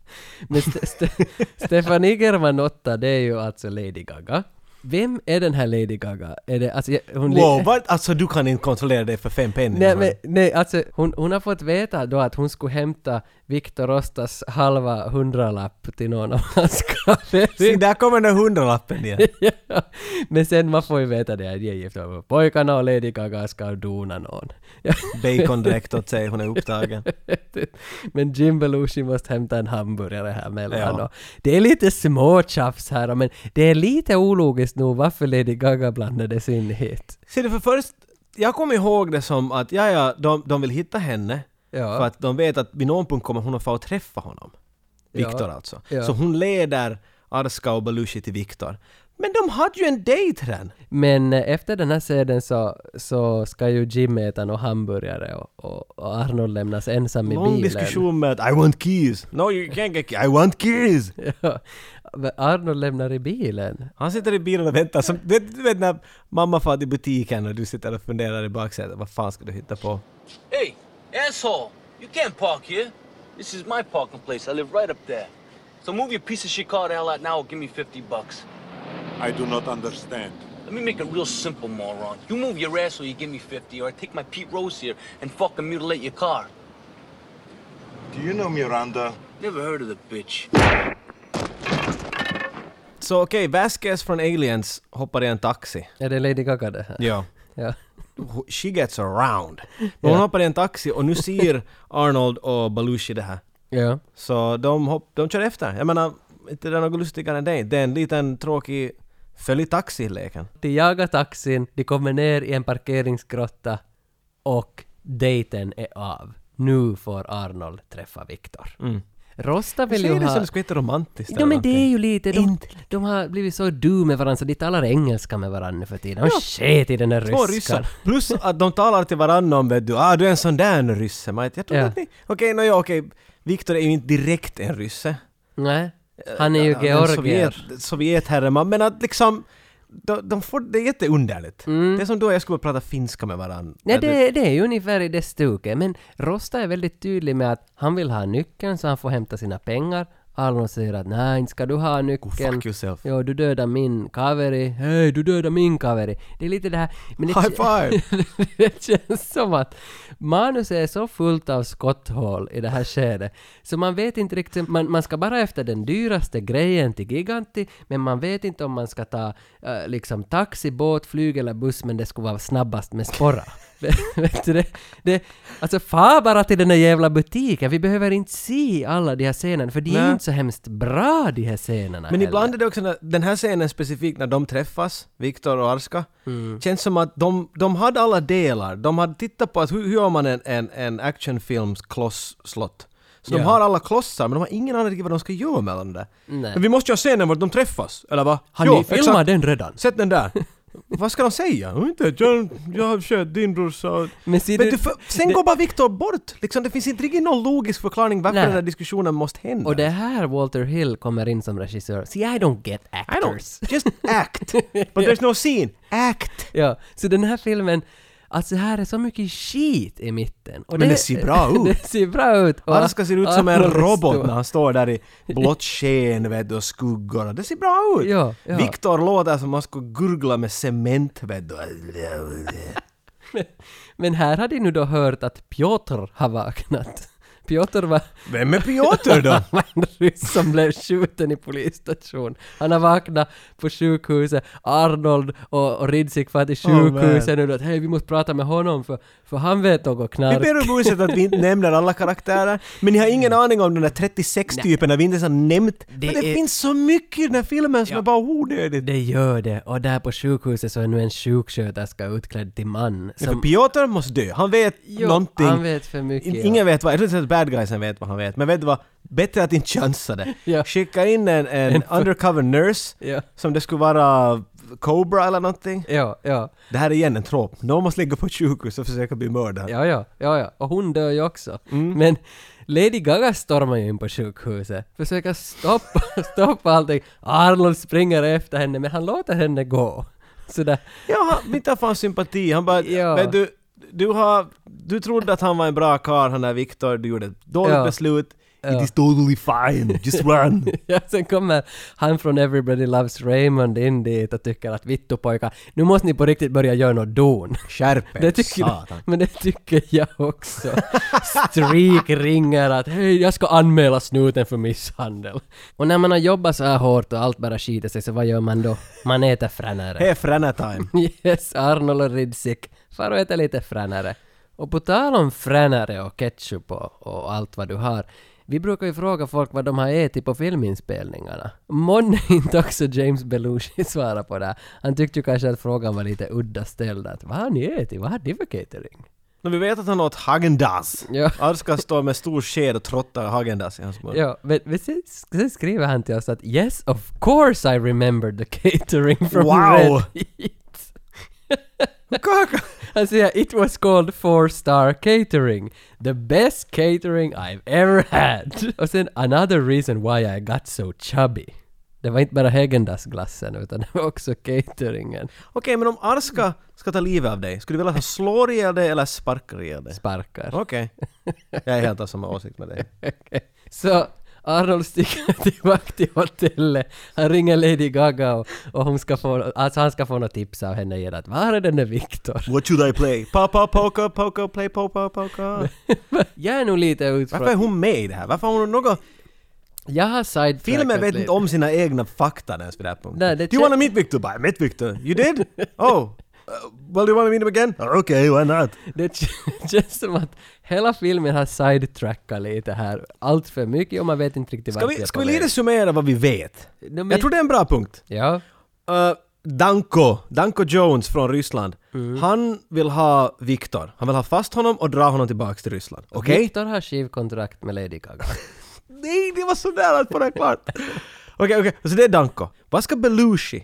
Men Ste- Ste- Stefanie Germanotta, det är ju alltså Lady Gaga. Vem är den här Lady Gaga? Är det, alltså, jag- hon li- Wow, vad? Alltså du kan inte kontrollera det för fem penny. Nej, men, nej alltså hon, hon har fått veta då att hon skulle hämta Victor Rostas halva hundralapp till någon av hans kaffe. Se, där kommer den hundralappen igen. Ja, men sen man får ju veta det att de är gifta. Pojkarna och Lady Gaga ska dona någon. Ja. Bacondräkt åt sig, hon är upptagen. Men Jim Belushi måste hämta en hamburgare här mellan. Ja. Och det är lite småtjafs här, men det är lite ologiskt nog varför Lady Gaga blandades in hit. Se det för först, jag kommer ihåg det som att ja, ja, de, de vill hitta henne. Ja. För att de vet att vid någon punkt kommer hon att få träffa honom. Victor Ja. alltså. Ja. Så hon leder Arska och Belushi till Victor. Men de hade ju en dejt redan. Men eh, efter den här scenen så, så ska ju Jim äta någon hamburgare och, och, och Arnold lämnas ensam i Lång bilen. diskussion med att I want keys. No, you can't get keys. I want keys. Ja, men Arnold lämnar i bilen. Han sitter i bilen och väntar. Som, du, vet, du vet när mamma far till butiken och du sitter och funderar i baksätet. Vad fan ska du hitta på? Hey, asshole! You can't park here. This is my parking place. I live right up there. So move your piece of shit car the hell out now or give me fifty bucks. I do not understand. Let me make it real simple, moron. You move your ass or you give me fifty, or I take my Pete Rose here and fucking mutilate your car. Do you know Miranda? Never heard of the bitch. Så okej, okay, Vasquez från Aliens hoppar i en taxi. Är det Lady Gaga det här? Ja. Ja. She gets around. Hon Ja. hoppar i en taxi och nu ser Arnold och Belushi det här. Ja. Så de, hopp, de kör efter. Jag menar, inte det är något lustigare än det. Det är en liten tråkig följ taxi-leken. De jagar taxin, de kommer ner i en parkeringsgrotta och dejten är av. Nu får Arnold träffa Victor. Mm. Rosta vill Jag ju säger det ha... som det ska inte romantiskt. Ja, men det är ju lite... De, Inte. de har blivit så du med varandra så de talar engelska med varandra för tiden. De Ja. sket i den där Två ryskan. ryssar. Plus att de talar till varandra om vet du, ah, du är en sån där rysse. Man, jag tror Ja. att ni... Okej, okay, no, ja, okej. Okay. Victor är ju inte direkt en rysse. Nej, han är ju Ja, en georgier. Sovjet, Sovjetherreman, men att liksom... De, de får, det är jätteunderligt. Mm. Det är som då jag skulle prata finska med varandra. Nej, det, det är ju ungefär i det stuket. Men Rosta är väldigt tydlig med att han vill ha nyckeln så han får hämta sina pengar. Arnold säger att nej, inte ska du ha nyckeln. Fuck yourself. Jo, du dödar min kaveri. Hej, du dödar min kaveri. Det är lite det här... Men det High five! det känns som att manus är så fullt av skotthål i det här skedet. Så man vet inte riktigt... Man, man ska bara efter den dyraste grejen till Giganti, men man vet inte om man ska ta uh, liksom taxi, båt, flyg eller buss, men det skulle vara snabbast med sporra. Vet du det? det? Alltså, far bara till den där jävla butiken. Vi behöver inte se alla de här scenerna, för de är Nej. inte så hemskt bra, de här scenerna. Men heller. ibland är det också när, den här scenen specifikt när de träffas, Victor och Arska, Mm. känns som att de, de hade alla delar. De hade tittat på att hur, hur gör man en, en, en actionfilms kloss-slott. Så Ja. de har alla klossar, men de har ingen aning riktigt vad de ska göra mellan det. Nej. Men vi måste ju ha scenen var de träffas, eller va? Har Jo, ni filmat exakt. den redan? Sätt den där. Vad ska de säga? Jag vet inte, jag, jag har kört din brorsa. Men ser Men du- du, för, sen det- går bara Victor bort. Liksom, det finns inte riktigt någon logisk förklaring varför Nej. den här diskussionen måste hända. Och det är här Walter Hill kommer in som regissör. See, I don't get I actors. don't, just act. But there's no scene. Act. Ja, så den här filmen, alltså här är så mycket skit i mitten. Och Men det ser bra ut. Det ser bra ut. Och Arska ser ut som en Arnold robot står- när han står där i blått sken vet du, och skuggor. Det ser bra ut. Ja, ja. Victor låter som man ska gurgla med cement vet du. Men, men här hade nu då hört att Piotr har vaknat. Piotr var... Vem är Piotr då? Han var en ryss som blev skjuten i polisstation. Han har vaknat på sjukhuset. Arnold och, och Ridzik var till sjukhuset man. nu då att hej, vi måste prata med honom för, för han vet något Vi knark. ber om ursäkt att vi inte nämner alla karaktärer, men ni har ingen aning om den där trettiosex-typen när vi inte ens har nämnt. Det men det är- finns så mycket i den här filmen som Ja. är bara onödigt. Det gör det. Och där på sjukhuset så är nu en sjuksköterska utklädd till man. Ja, för Piotr måste dö. Han vet Jo, någonting. han vet för mycket. In, ja. ingen vet vad, jag tror inte att bad guysen vet vad han vet, men vet du vad? Bättre att inte chansa det. Ja. Skicka in en, en, En för- undercover nurse, Ja. som det skulle vara Cobra eller någonting. Ja, ja. Det här är igen en trop. Någon måste ligga på ett sjukhus och försöka bli mördad. Ja, ja, ja, ja. Och hon dör ju också. Mm. Men Lady Gaga stormar ju in på sjukhuset. Försöker stoppa, stoppa allting. Arnold springer efter henne, men han låter henne gå. Sådär. Ja, han inte fanns sympati. Han bara, Ja. vet du, du har, du trodde att han var en bra karl, han där Victor, du gjorde ett dåligt Ja. beslut. Ja. It is totally fine, just run. Ja, sen kommer han från Everybody Loves Raymond in dit och tycker att vittu pojkar, nu måste ni på riktigt börja göra något don. Skärpen, Det tycker, satan. men det tycker jag också. Strik ringer att hej, jag ska anmäla snuten för misshandel. Och när man har jobbat så här hårt och allt bara skiter sig, så vad gör man då? Man äter fränare. Hey, fränna time. Yes, Arnold och Ridzik far och äter lite fränare. Och på tal om fränare och ketchup och, och allt vad du har. Vi brukar ju fråga folk vad de har ätit på filminspelningarna. Månne inte också James Belushi svara på det. Han tyckte ju kanske att frågan var lite udda ställd. Att, vad har ni ätit? Vad har ni för catering? Men vi vet att han åt Häagen-Dazs. Ja. Arska står med stor sked och trottar Häagen-Dazs i hans mun. Ja, men, men sen, sen skriver han till oss att yes, of course I remember the catering from Wow! Red Heat. Han säger it was called four star catering. The best catering I've ever had. Och sen another reason why I got so chubby. Det var inte bara Häagen-Dazs-glassen utan det var också cateringen. Okej, men om Arska ska ta livet av dig, skulle du vilja att han slår ihjäl dig eller sparkar ihjäl dig? Sparkar. Okej. Jag är helt av samma åsikt med dig. Okay. Så Arnold sticker tillbaka till hotellet. Han ringer Lady Gaga och, och hon ska få, alltså han ska få något tips av henne igen. Att var är den där Victor? What should I play? Papa, poker, poker, play poker, poker. Jag är nog lite utfrån. Varför är hon med i det här? Varför har hon något... Jag har sidetrackat Filmen vet lite. inte om sina egna fakta ens vid det här punkten. Nej, det Do you wanna meet Victor? I met Victor. You did? Oh. Uh, well, do you wanna meet him again? Okej, okay, why not? Det känns som att hela filmen har sidetrackat lite här. Allt för mycket och man vet inte riktigt Ska vart vi, jag ska är vi på lite väg. summera vad vi vet? No, men- Jag tror det är en bra punkt. Ja. Uh, Danko, Danko Jones från Ryssland. Mm. Han vill ha Victor. Han vill ha fast honom och dra honom tillbaks till Ryssland. Okej? Victor har skivkontrakt med Lady Gaga. Nej, det var sådär att få det klart. Okej, okej. Så det är Danko. Vad ska Belushi?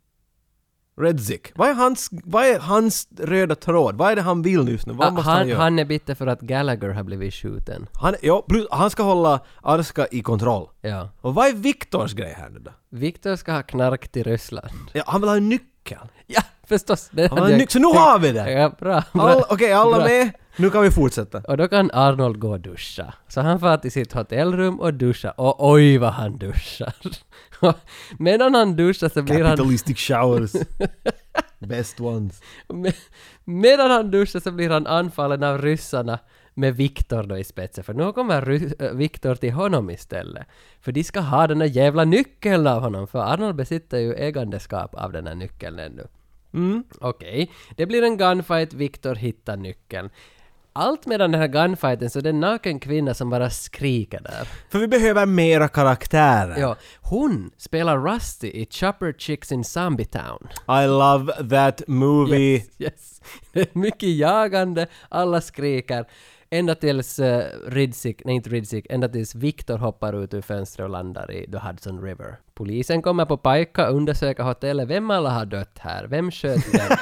Redzik. Vad är hans, vad är hans röda tråd? Vad är det han vill just nu? Vad Ah, måste han, han, göra? han är bitter för att Gallagher har blivit skjuten. Han, ja, plus, han ska hålla Arska i kontroll. Ja. Och vad är Viktors grej här nu då? Victor ska ha knark till Ryssland. Ja, han vill ha en nyckel. Ja, förstås. Det Han vill ha en nyckel. Så nu har vi det! Ja, bra. bra. All, Okej, alla Bra. med? Nu kan vi fortsätta. Och då kan Arnold gå och duscha. Så han får till sitt hotellrum och duscha. Och oj vad han duschar. Medan han duschar så blir han... Capitalistic showers. Best ones. Med, medan han duschar så blir han anfallen av ryssarna med Victor då i spetsen. För nu kommer Ry- äh, Victor till honom istället. För de ska ha den där jävla nyckeln av honom. För Arnold besitter ju ägandeskap av den här nyckeln ännu. Mm. Okej, det blir en gunfight. Victor hittar nyckeln. Allt medan den här gunfighten så det är en naken kvinna som bara skriker där. För vi behöver mera karaktärer. Ja, hon spelar Rusty i Chopper Chicks in Zombie Town. I love that movie. Yes, yes. Det är mycket jagande, alla skriker. Ända tills uh, Ridzik, nej inte Ridzik, ända tills Victor hoppar ut ur fönstret och landar i The Hudson River. Polisen kommer på Paikka, undersöker hotellet. Vem alla har dött här? Vem sköt den?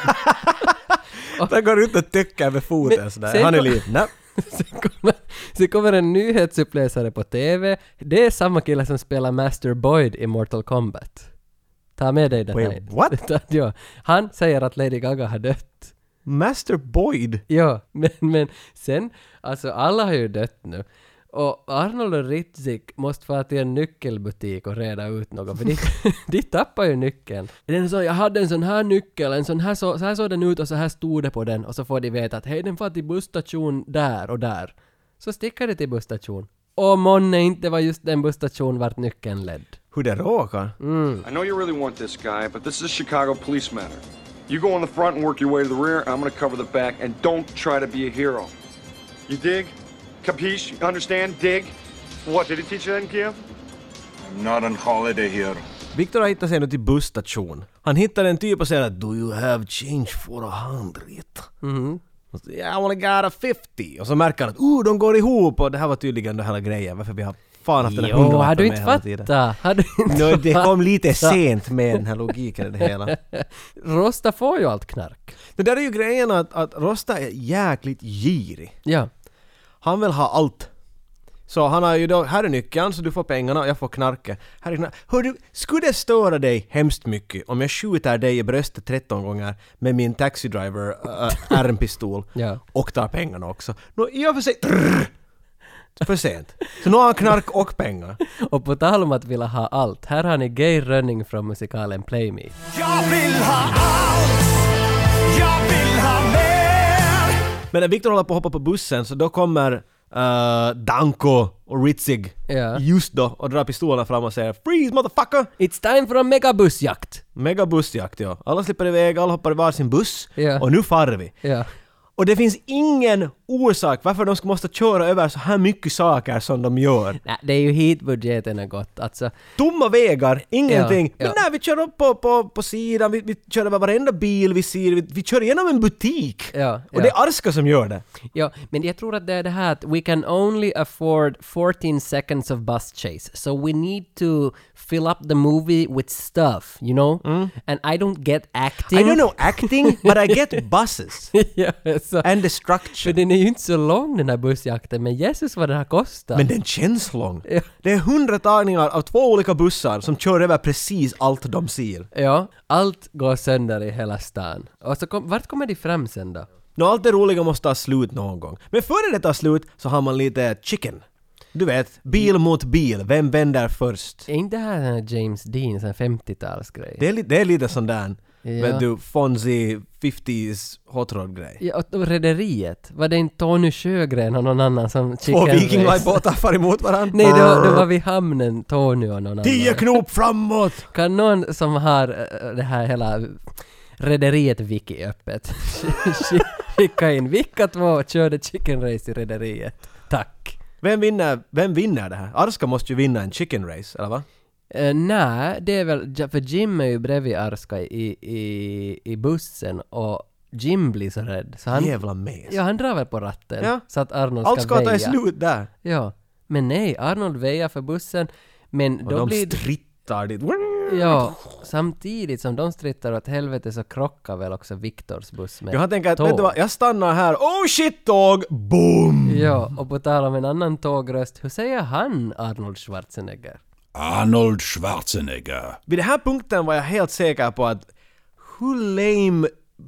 Den går ut och tycker med foten sådär. sen Han är kom- liv. Nej. Sen kommer, sen kommer en nyhetsuppläsare på T V. Det är samma kille som spelar Master Boyd i Mortal Kombat. Ta med dig den Wait, här. what? Ja, han säger att Lady Gaga har dött. Master Boyd? Ja, men, men sen, alltså alla har ju dött nu. Och Arnold och Ridzik måste få till en nyckelbutik och reda ut något, för de, de tappar ju nyckeln. Den så, jag hade en sån här nyckel, en sån här så, så här såg den ut och så här stod det på den, och så får de veta att hej, den får till busstation där och där. Så sticker det till busstation. Och månne inte var just den busstation vart nyckeln ledd. Hur det råkar? Mm. I know you really want this guy, but this is a Chicago police matter. You go in the front and work your way to the rear, I'm gonna cover the back, and don't try to be a hero. You dig? Capiche? You understand? Dig? What, did he teach you that in Kiev? I'm not on holiday here. Victor har hittat sig nu till busstation. Han hittar en typ och säger att do you have change for a hundred? Mhm. Och så, yeah, I wanna get a fifty. Och så märker han att oh, de går ihop och det här var tydligen den hela grejen. Varför vi har fan haft den här Jo, hundralappen har du med inte hela tiden. fattat? Har du inte No, det kom lite fattat? sent med den här logiken i det hela. Rosta får ju allt knark. Det där är ju grejen att, att Rosta är jäkligt girig. Ja. Han vill ha allt. Så han har ju då, här är nyckeln så du får pengarna och jag får knarket. Här är knark. Hör du, skulle det störa dig hemskt mycket om jag skjuter dig i bröstet tretton gånger med min taxi driver äh, ärmpistol Ja. och tar pengarna också? Nå, i och för sig... För sent. Så nu har han knark och pengar. Och på tal om att vilja ha allt, här har ni Gay Running från musikalen Play Me. Jag vill ha allt, jag vill ha mer. Men när Victor håller på att hoppa på bussen så då kommer uh, Danko och Ritzig Ja. just då och drar pistolerna fram och säger freeze motherfucker! It's time for a megabussjakt! Megabussjakt, ja. Alla slipper iväg, alla hoppar i varsin buss Ja. och nu far vi. Ja. Och det finns ingen orsak varför de ska måste köra över så här mycket saker som de gör. Nej, det är ju hit budgeten är gott. Alltså, Tomma vägar, ingenting. Ja, ja. Men nej, vi kör upp på, på, på sidan, vi, vi kör över varenda bil vi ser, vi, vi kör igenom en butik. ja, Och ja. det är Arska som gör det. Ja, men jag tror att det är det här att we can only afford fourteen seconds of bus chase. So we need to fill up the movie with stuff, you know? And I don't get acting. I don't know acting, but I get buses. ja, så, And destruction. för den är ju inte så lång den här bussjakten, men Jesus vad den har kostat. Men den känns lång. Ja. Det är hundra tagningar av två olika bussar som kör över precis allt de ser. Ja, allt går sönder i hela stan. Och så kom, vart kommer de fram sen då? Nå, allt det roliga måste ta slut någon gång. Men före det tar slut så har man lite chicken. Du vet, bil mot bil. Vem vänder först? Är inte det här en James Dean, en femtiotalsgrej? Det är, li- det är lite sån där, Ja. vet du, Fonzie fifties hot rod-grej. Ja, och, och rederiet. Var det inte Tony Sjögren och någon annan som Två Viking Line-båtar far emot varandra. Nej, det var, det var vid hamnen, Tony och någon Tio annan. knop framåt! Kan någon som har äh, det här hela rederiet wiki öppet skicka in vilka två körde chicken race i rederiet? Tack. Vem vinner, vem vinner det här? Arska måste ju vinna en chicken race, eller va? Uh, nej, det är väl, för Jim är ju bredvid Arska i, i, i bussen och Jim blir så rädd. Så han, Jävla mes. Ja, han drar väl på ratten Ja. så att Arnold Allt ska ska ta väja. i slut där. Ja, men nej, Arnold väjar för bussen, men Och då de blir... strittar dit. Ja, samtidigt som de strittar åt helvete så krockar väl också Viktors buss med Jag har tänkt att, tåg. vet du vad, jag stannar här. Oh shit tåg! Boom! Ja, och på tal om en annan tågröst, hur säger han Arnold Schwarzenegger? Arnold Schwarzenegger. Vid den här punkten var jag helt säker på att hur lame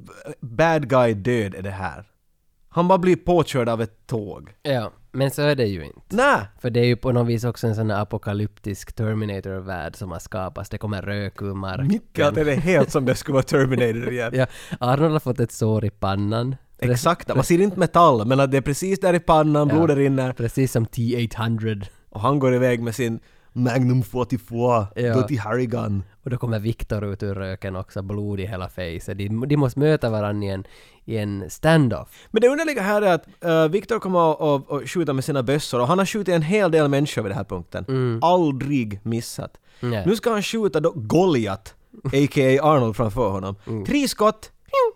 bad guy död är det här? Han bara blir påkörd av ett tåg. Ja, men så är det ju inte. Nej! För det är ju på något vis också en sån här apokalyptisk Terminator-värld som har skapats. Det kommer rök ur marken. Mitt i allt är det helt som det skulle vara Terminator igen. Ja, Arnold har fått ett sår i pannan. Exakt, man ser inte metall, men att det är precis där i pannan, Ja, blodet rinner. Precis som T åttahundra. Och han går iväg med sin Magnum fyrtiotvå, Ja. Dirty Harry Gun. Och då kommer Victor ut ur röken också, blod i hela fejset. De, de måste möta varandra i en, i en standoff. Men det underliga här är att uh, Victor kommer att och, och skjuta med sina bössor och han har skjutit en hel del människor vid den här punkten. Mm. Aldrig missat. Nej. Nu ska han skjuta då Goliath, a k a. Arnold framför honom. Mm. Tre skott,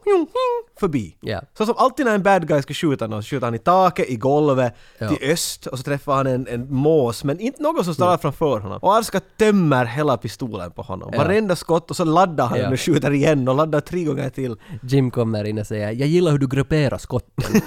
förbi. Ja. Så som alltid när en bad guy ska skjuta någon, så skjuter han i taket, i golvet, Ja. till öst och så träffar han en, en mås, men inte någon som står framför honom. Och Arska tömmer hela pistolen på honom. Ja. Varenda skott och så laddar han Ja. och skjuter igen och laddar tre gånger till. Jim kommer in och säger jag gillar hur du grupperar skotten.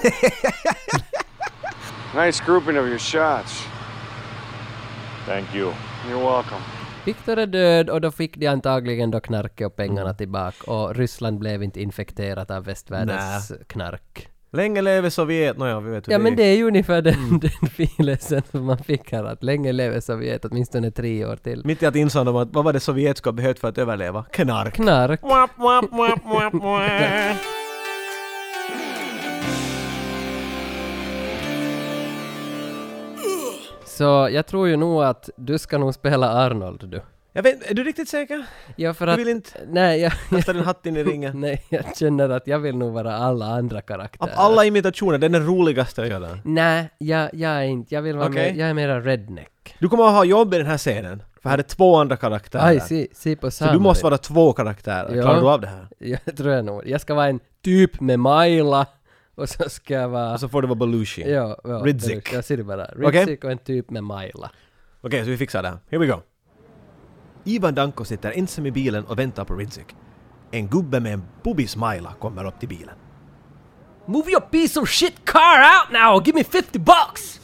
Nice grouping of your shots. Thank you. You're welcome. Victor är död och då fick de antagligen då knarket och pengarna tillbaka och Ryssland blev inte infekterat av västvärldens knark. Länge lever Sovjet, nåja vi vet hur Ja det men är. det är ju ungefär den, den filesen som man fick här att länge lever Sovjet åtminstone tre år till. Mitt i att insåg de att vad var det Sovjet skulle ha behövt för att överleva? Knark. Knark. Wap, wap, wap, wap, wap. Så jag tror ju nog att du ska nog spela Arnold du. Jag vet, är du riktigt säker? Ja för Du att... vill inte Nej, jag... kasta din hatt in i ringen? Nej, jag känner att jag vill nog vara alla andra Av karaktärer. alla imitationer, den är den roligaste att göra. Nej, jag, jag är inte. Jag vill vara Okej. mer, jag är mera redneck. Du kommer att ha jobb i den här scenen. För här är två andra karaktärer. Aj, se, se på Så du måste vara två karaktärer. Ja. Klarar du av det här? Jag tror jag nog. Jag ska vara en typ med Maila och så ska jag vara... Och så får du vara Belushi. Ja, ja. Ridzik. Jag ser det bara. Okej. Ridzik och en typ med Maila. Okej, så vi fixar det här. Here we go. Ivan Danko sitter ensam i bilen och väntar på Ridzik. En gubbe med en booby-smila kommer upp till bilen. Move your piece of shit car out now and give me fifty bucks!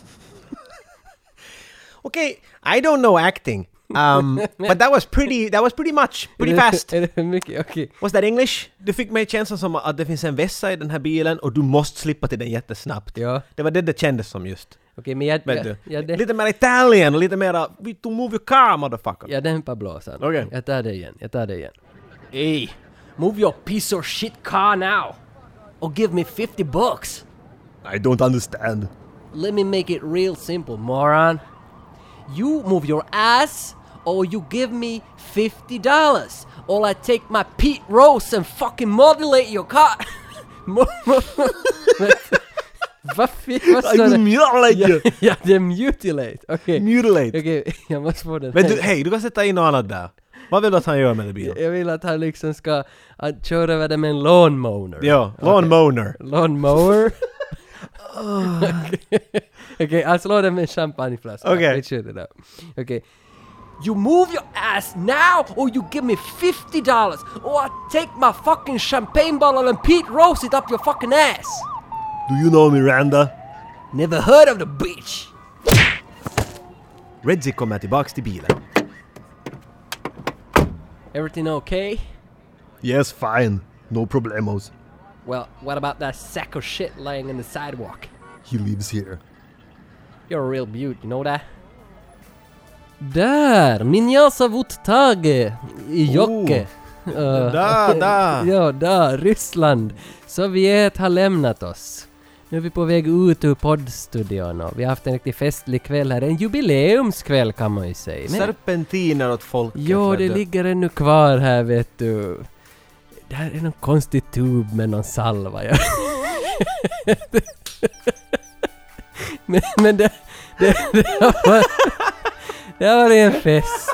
Okay, I don't know acting. Um, but that was pretty, that was pretty much, pretty fast. Är det mycket? Okej. Was that English? Du fick mig känslan som att det finns en vässa i den här bilen och du måste slippa till den jättesnabbt. Ja. Det var det det kändes som just. Okej, men jag... Vet jag, du? jag, det, Lite mer Italian och lite mer vi to move your car, motherfucker. jag dämpar blåsan. Okej. Jag tar det igen. Jag tar det igen. Hey, move your piece of shit car now! Or give me fifty bucks! I don't understand. Let me make it real simple, moron. You move your ass, or you give me fifty dollars. Or I take my Pete Rose and fucking modulate your car. Vad fint? Vad sa I du? mutilate. Ja, ja, det är mutilate. Okej. Mutilate. Okej, jag måste få den. Men du, hej, du kan sätta in något annat där. Vad vill du att han gör med den bilen? Jag vill att han liksom ska att köra över det med en lawnmower. Ja, lawnmower. Lawnmower. Okej, okay, jag slår den med en champagneflaska. Okej. Vi kör det där. Okej. You move your ass now or you give me fifty dollars or I take my fucking champagne bottle and Pete Rose it up your fucking ass. Do you know Miranda? Never heard of the bitch. Redzik kommer tillbaks till bilen. Everything okay? Yes, fine. No problemos. Well, what about that sack of shit laying on the sidewalk? He lives here. You're a real beaut, you know that? Där! Minjasa Vuttage i Jocke. Oh, där, där. Ja, där. Ryssland. Sovjet har lämnat oss. Nu är vi på väg ut ur poddstudion och vi har haft en riktigt festlig kväll här. En jubileumskväll kan man ju säga. Men, serpentiner åt folket. jo, vet det du. ligger ännu kvar här, vet du. Det här är någon konstig tub med någon salva. Ja. men, men det, det, det har varit, det har varit en fest.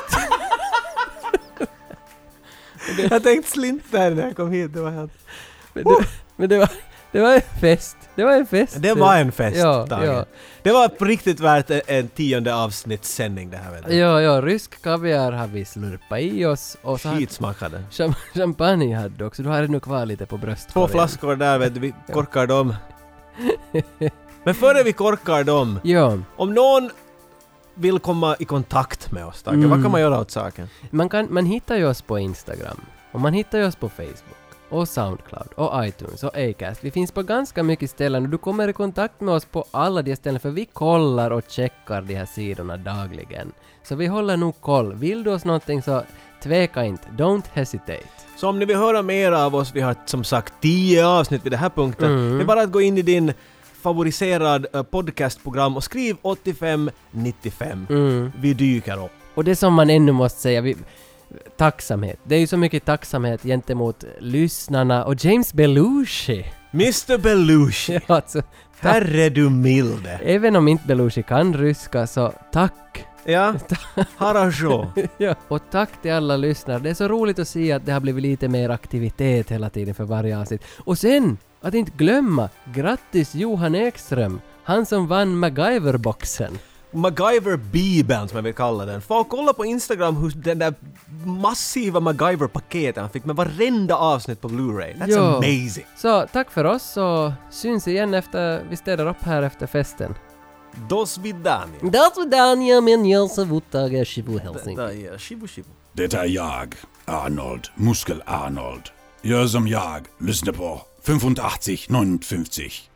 Jag tänkte slinta här när jag kom hit. Det var helt... Men det, men det var... Det var en fest. Det var en fest. Det var en fest, ja, Tage. ja. Det var på riktigt värt en, en tionde avsnittssändning det här. Vet du. Ja, ja. Rysk kaviar har vi slurpat i oss. Och så skitsmakade. Cham- champagne hade också. Du har det nog kvar lite på bröstkorgen. Två flaskor där, vet du. Vi korkar dem. Men före vi korkar dem. Ja. Om någon vill komma i kontakt med oss, Tage, Mm. vad kan man göra åt saken? Man, kan, man hittar ju oss på Instagram. Och man hittar ju oss på Facebook. Och Soundcloud. Och iTunes. Och Acast. Vi finns på ganska mycket ställen. Och du kommer i kontakt med oss på alla de ställen. För vi kollar och checkar de här sidorna dagligen. Så vi håller nog koll. Vill du oss någonting så tveka inte. Don't hesitate. Så om ni vill höra mer av oss, vi har som sagt tio avsnitt vid den här punkten. Mm. Det är bara att gå in i din favoriserad uh, podcastprogram och skriv åttiofem nittiofem. Mm. Vi dyker upp. Och det som man ännu måste säga, vi, tacksamhet. Det är ju så mycket tacksamhet gentemot lyssnarna och James Belushi. mister Belushi. Ja, alltså, herre du milde. Även om inte Belushi kan ryska så tack. Ja, harasho. Ja. Och tack till alla lyssnare. Det är så roligt att se att det har blivit lite mer aktivitet hela tiden för varje avsnitt. Och sen, att inte glömma, grattis Johan Ekström. Han som vann MacGyver-boxen. MacGyver-bibeln som jag vill kalla den. Få kolla på Instagram hur den där massiva MacGyver-paketen han fick med varenda avsnitt på Blu-ray. That's Ja. amazing. Så tack för oss och syns igen efter vi städar upp här efter festen. Do svidania. Do svidania, men jag så vuttaga Shivu Helsing. Det är shivu shivu. Det är jag, Arnold, Muskel Arnold. Gör som jag, lyssna på fünfundachtzig neunundfünfzig.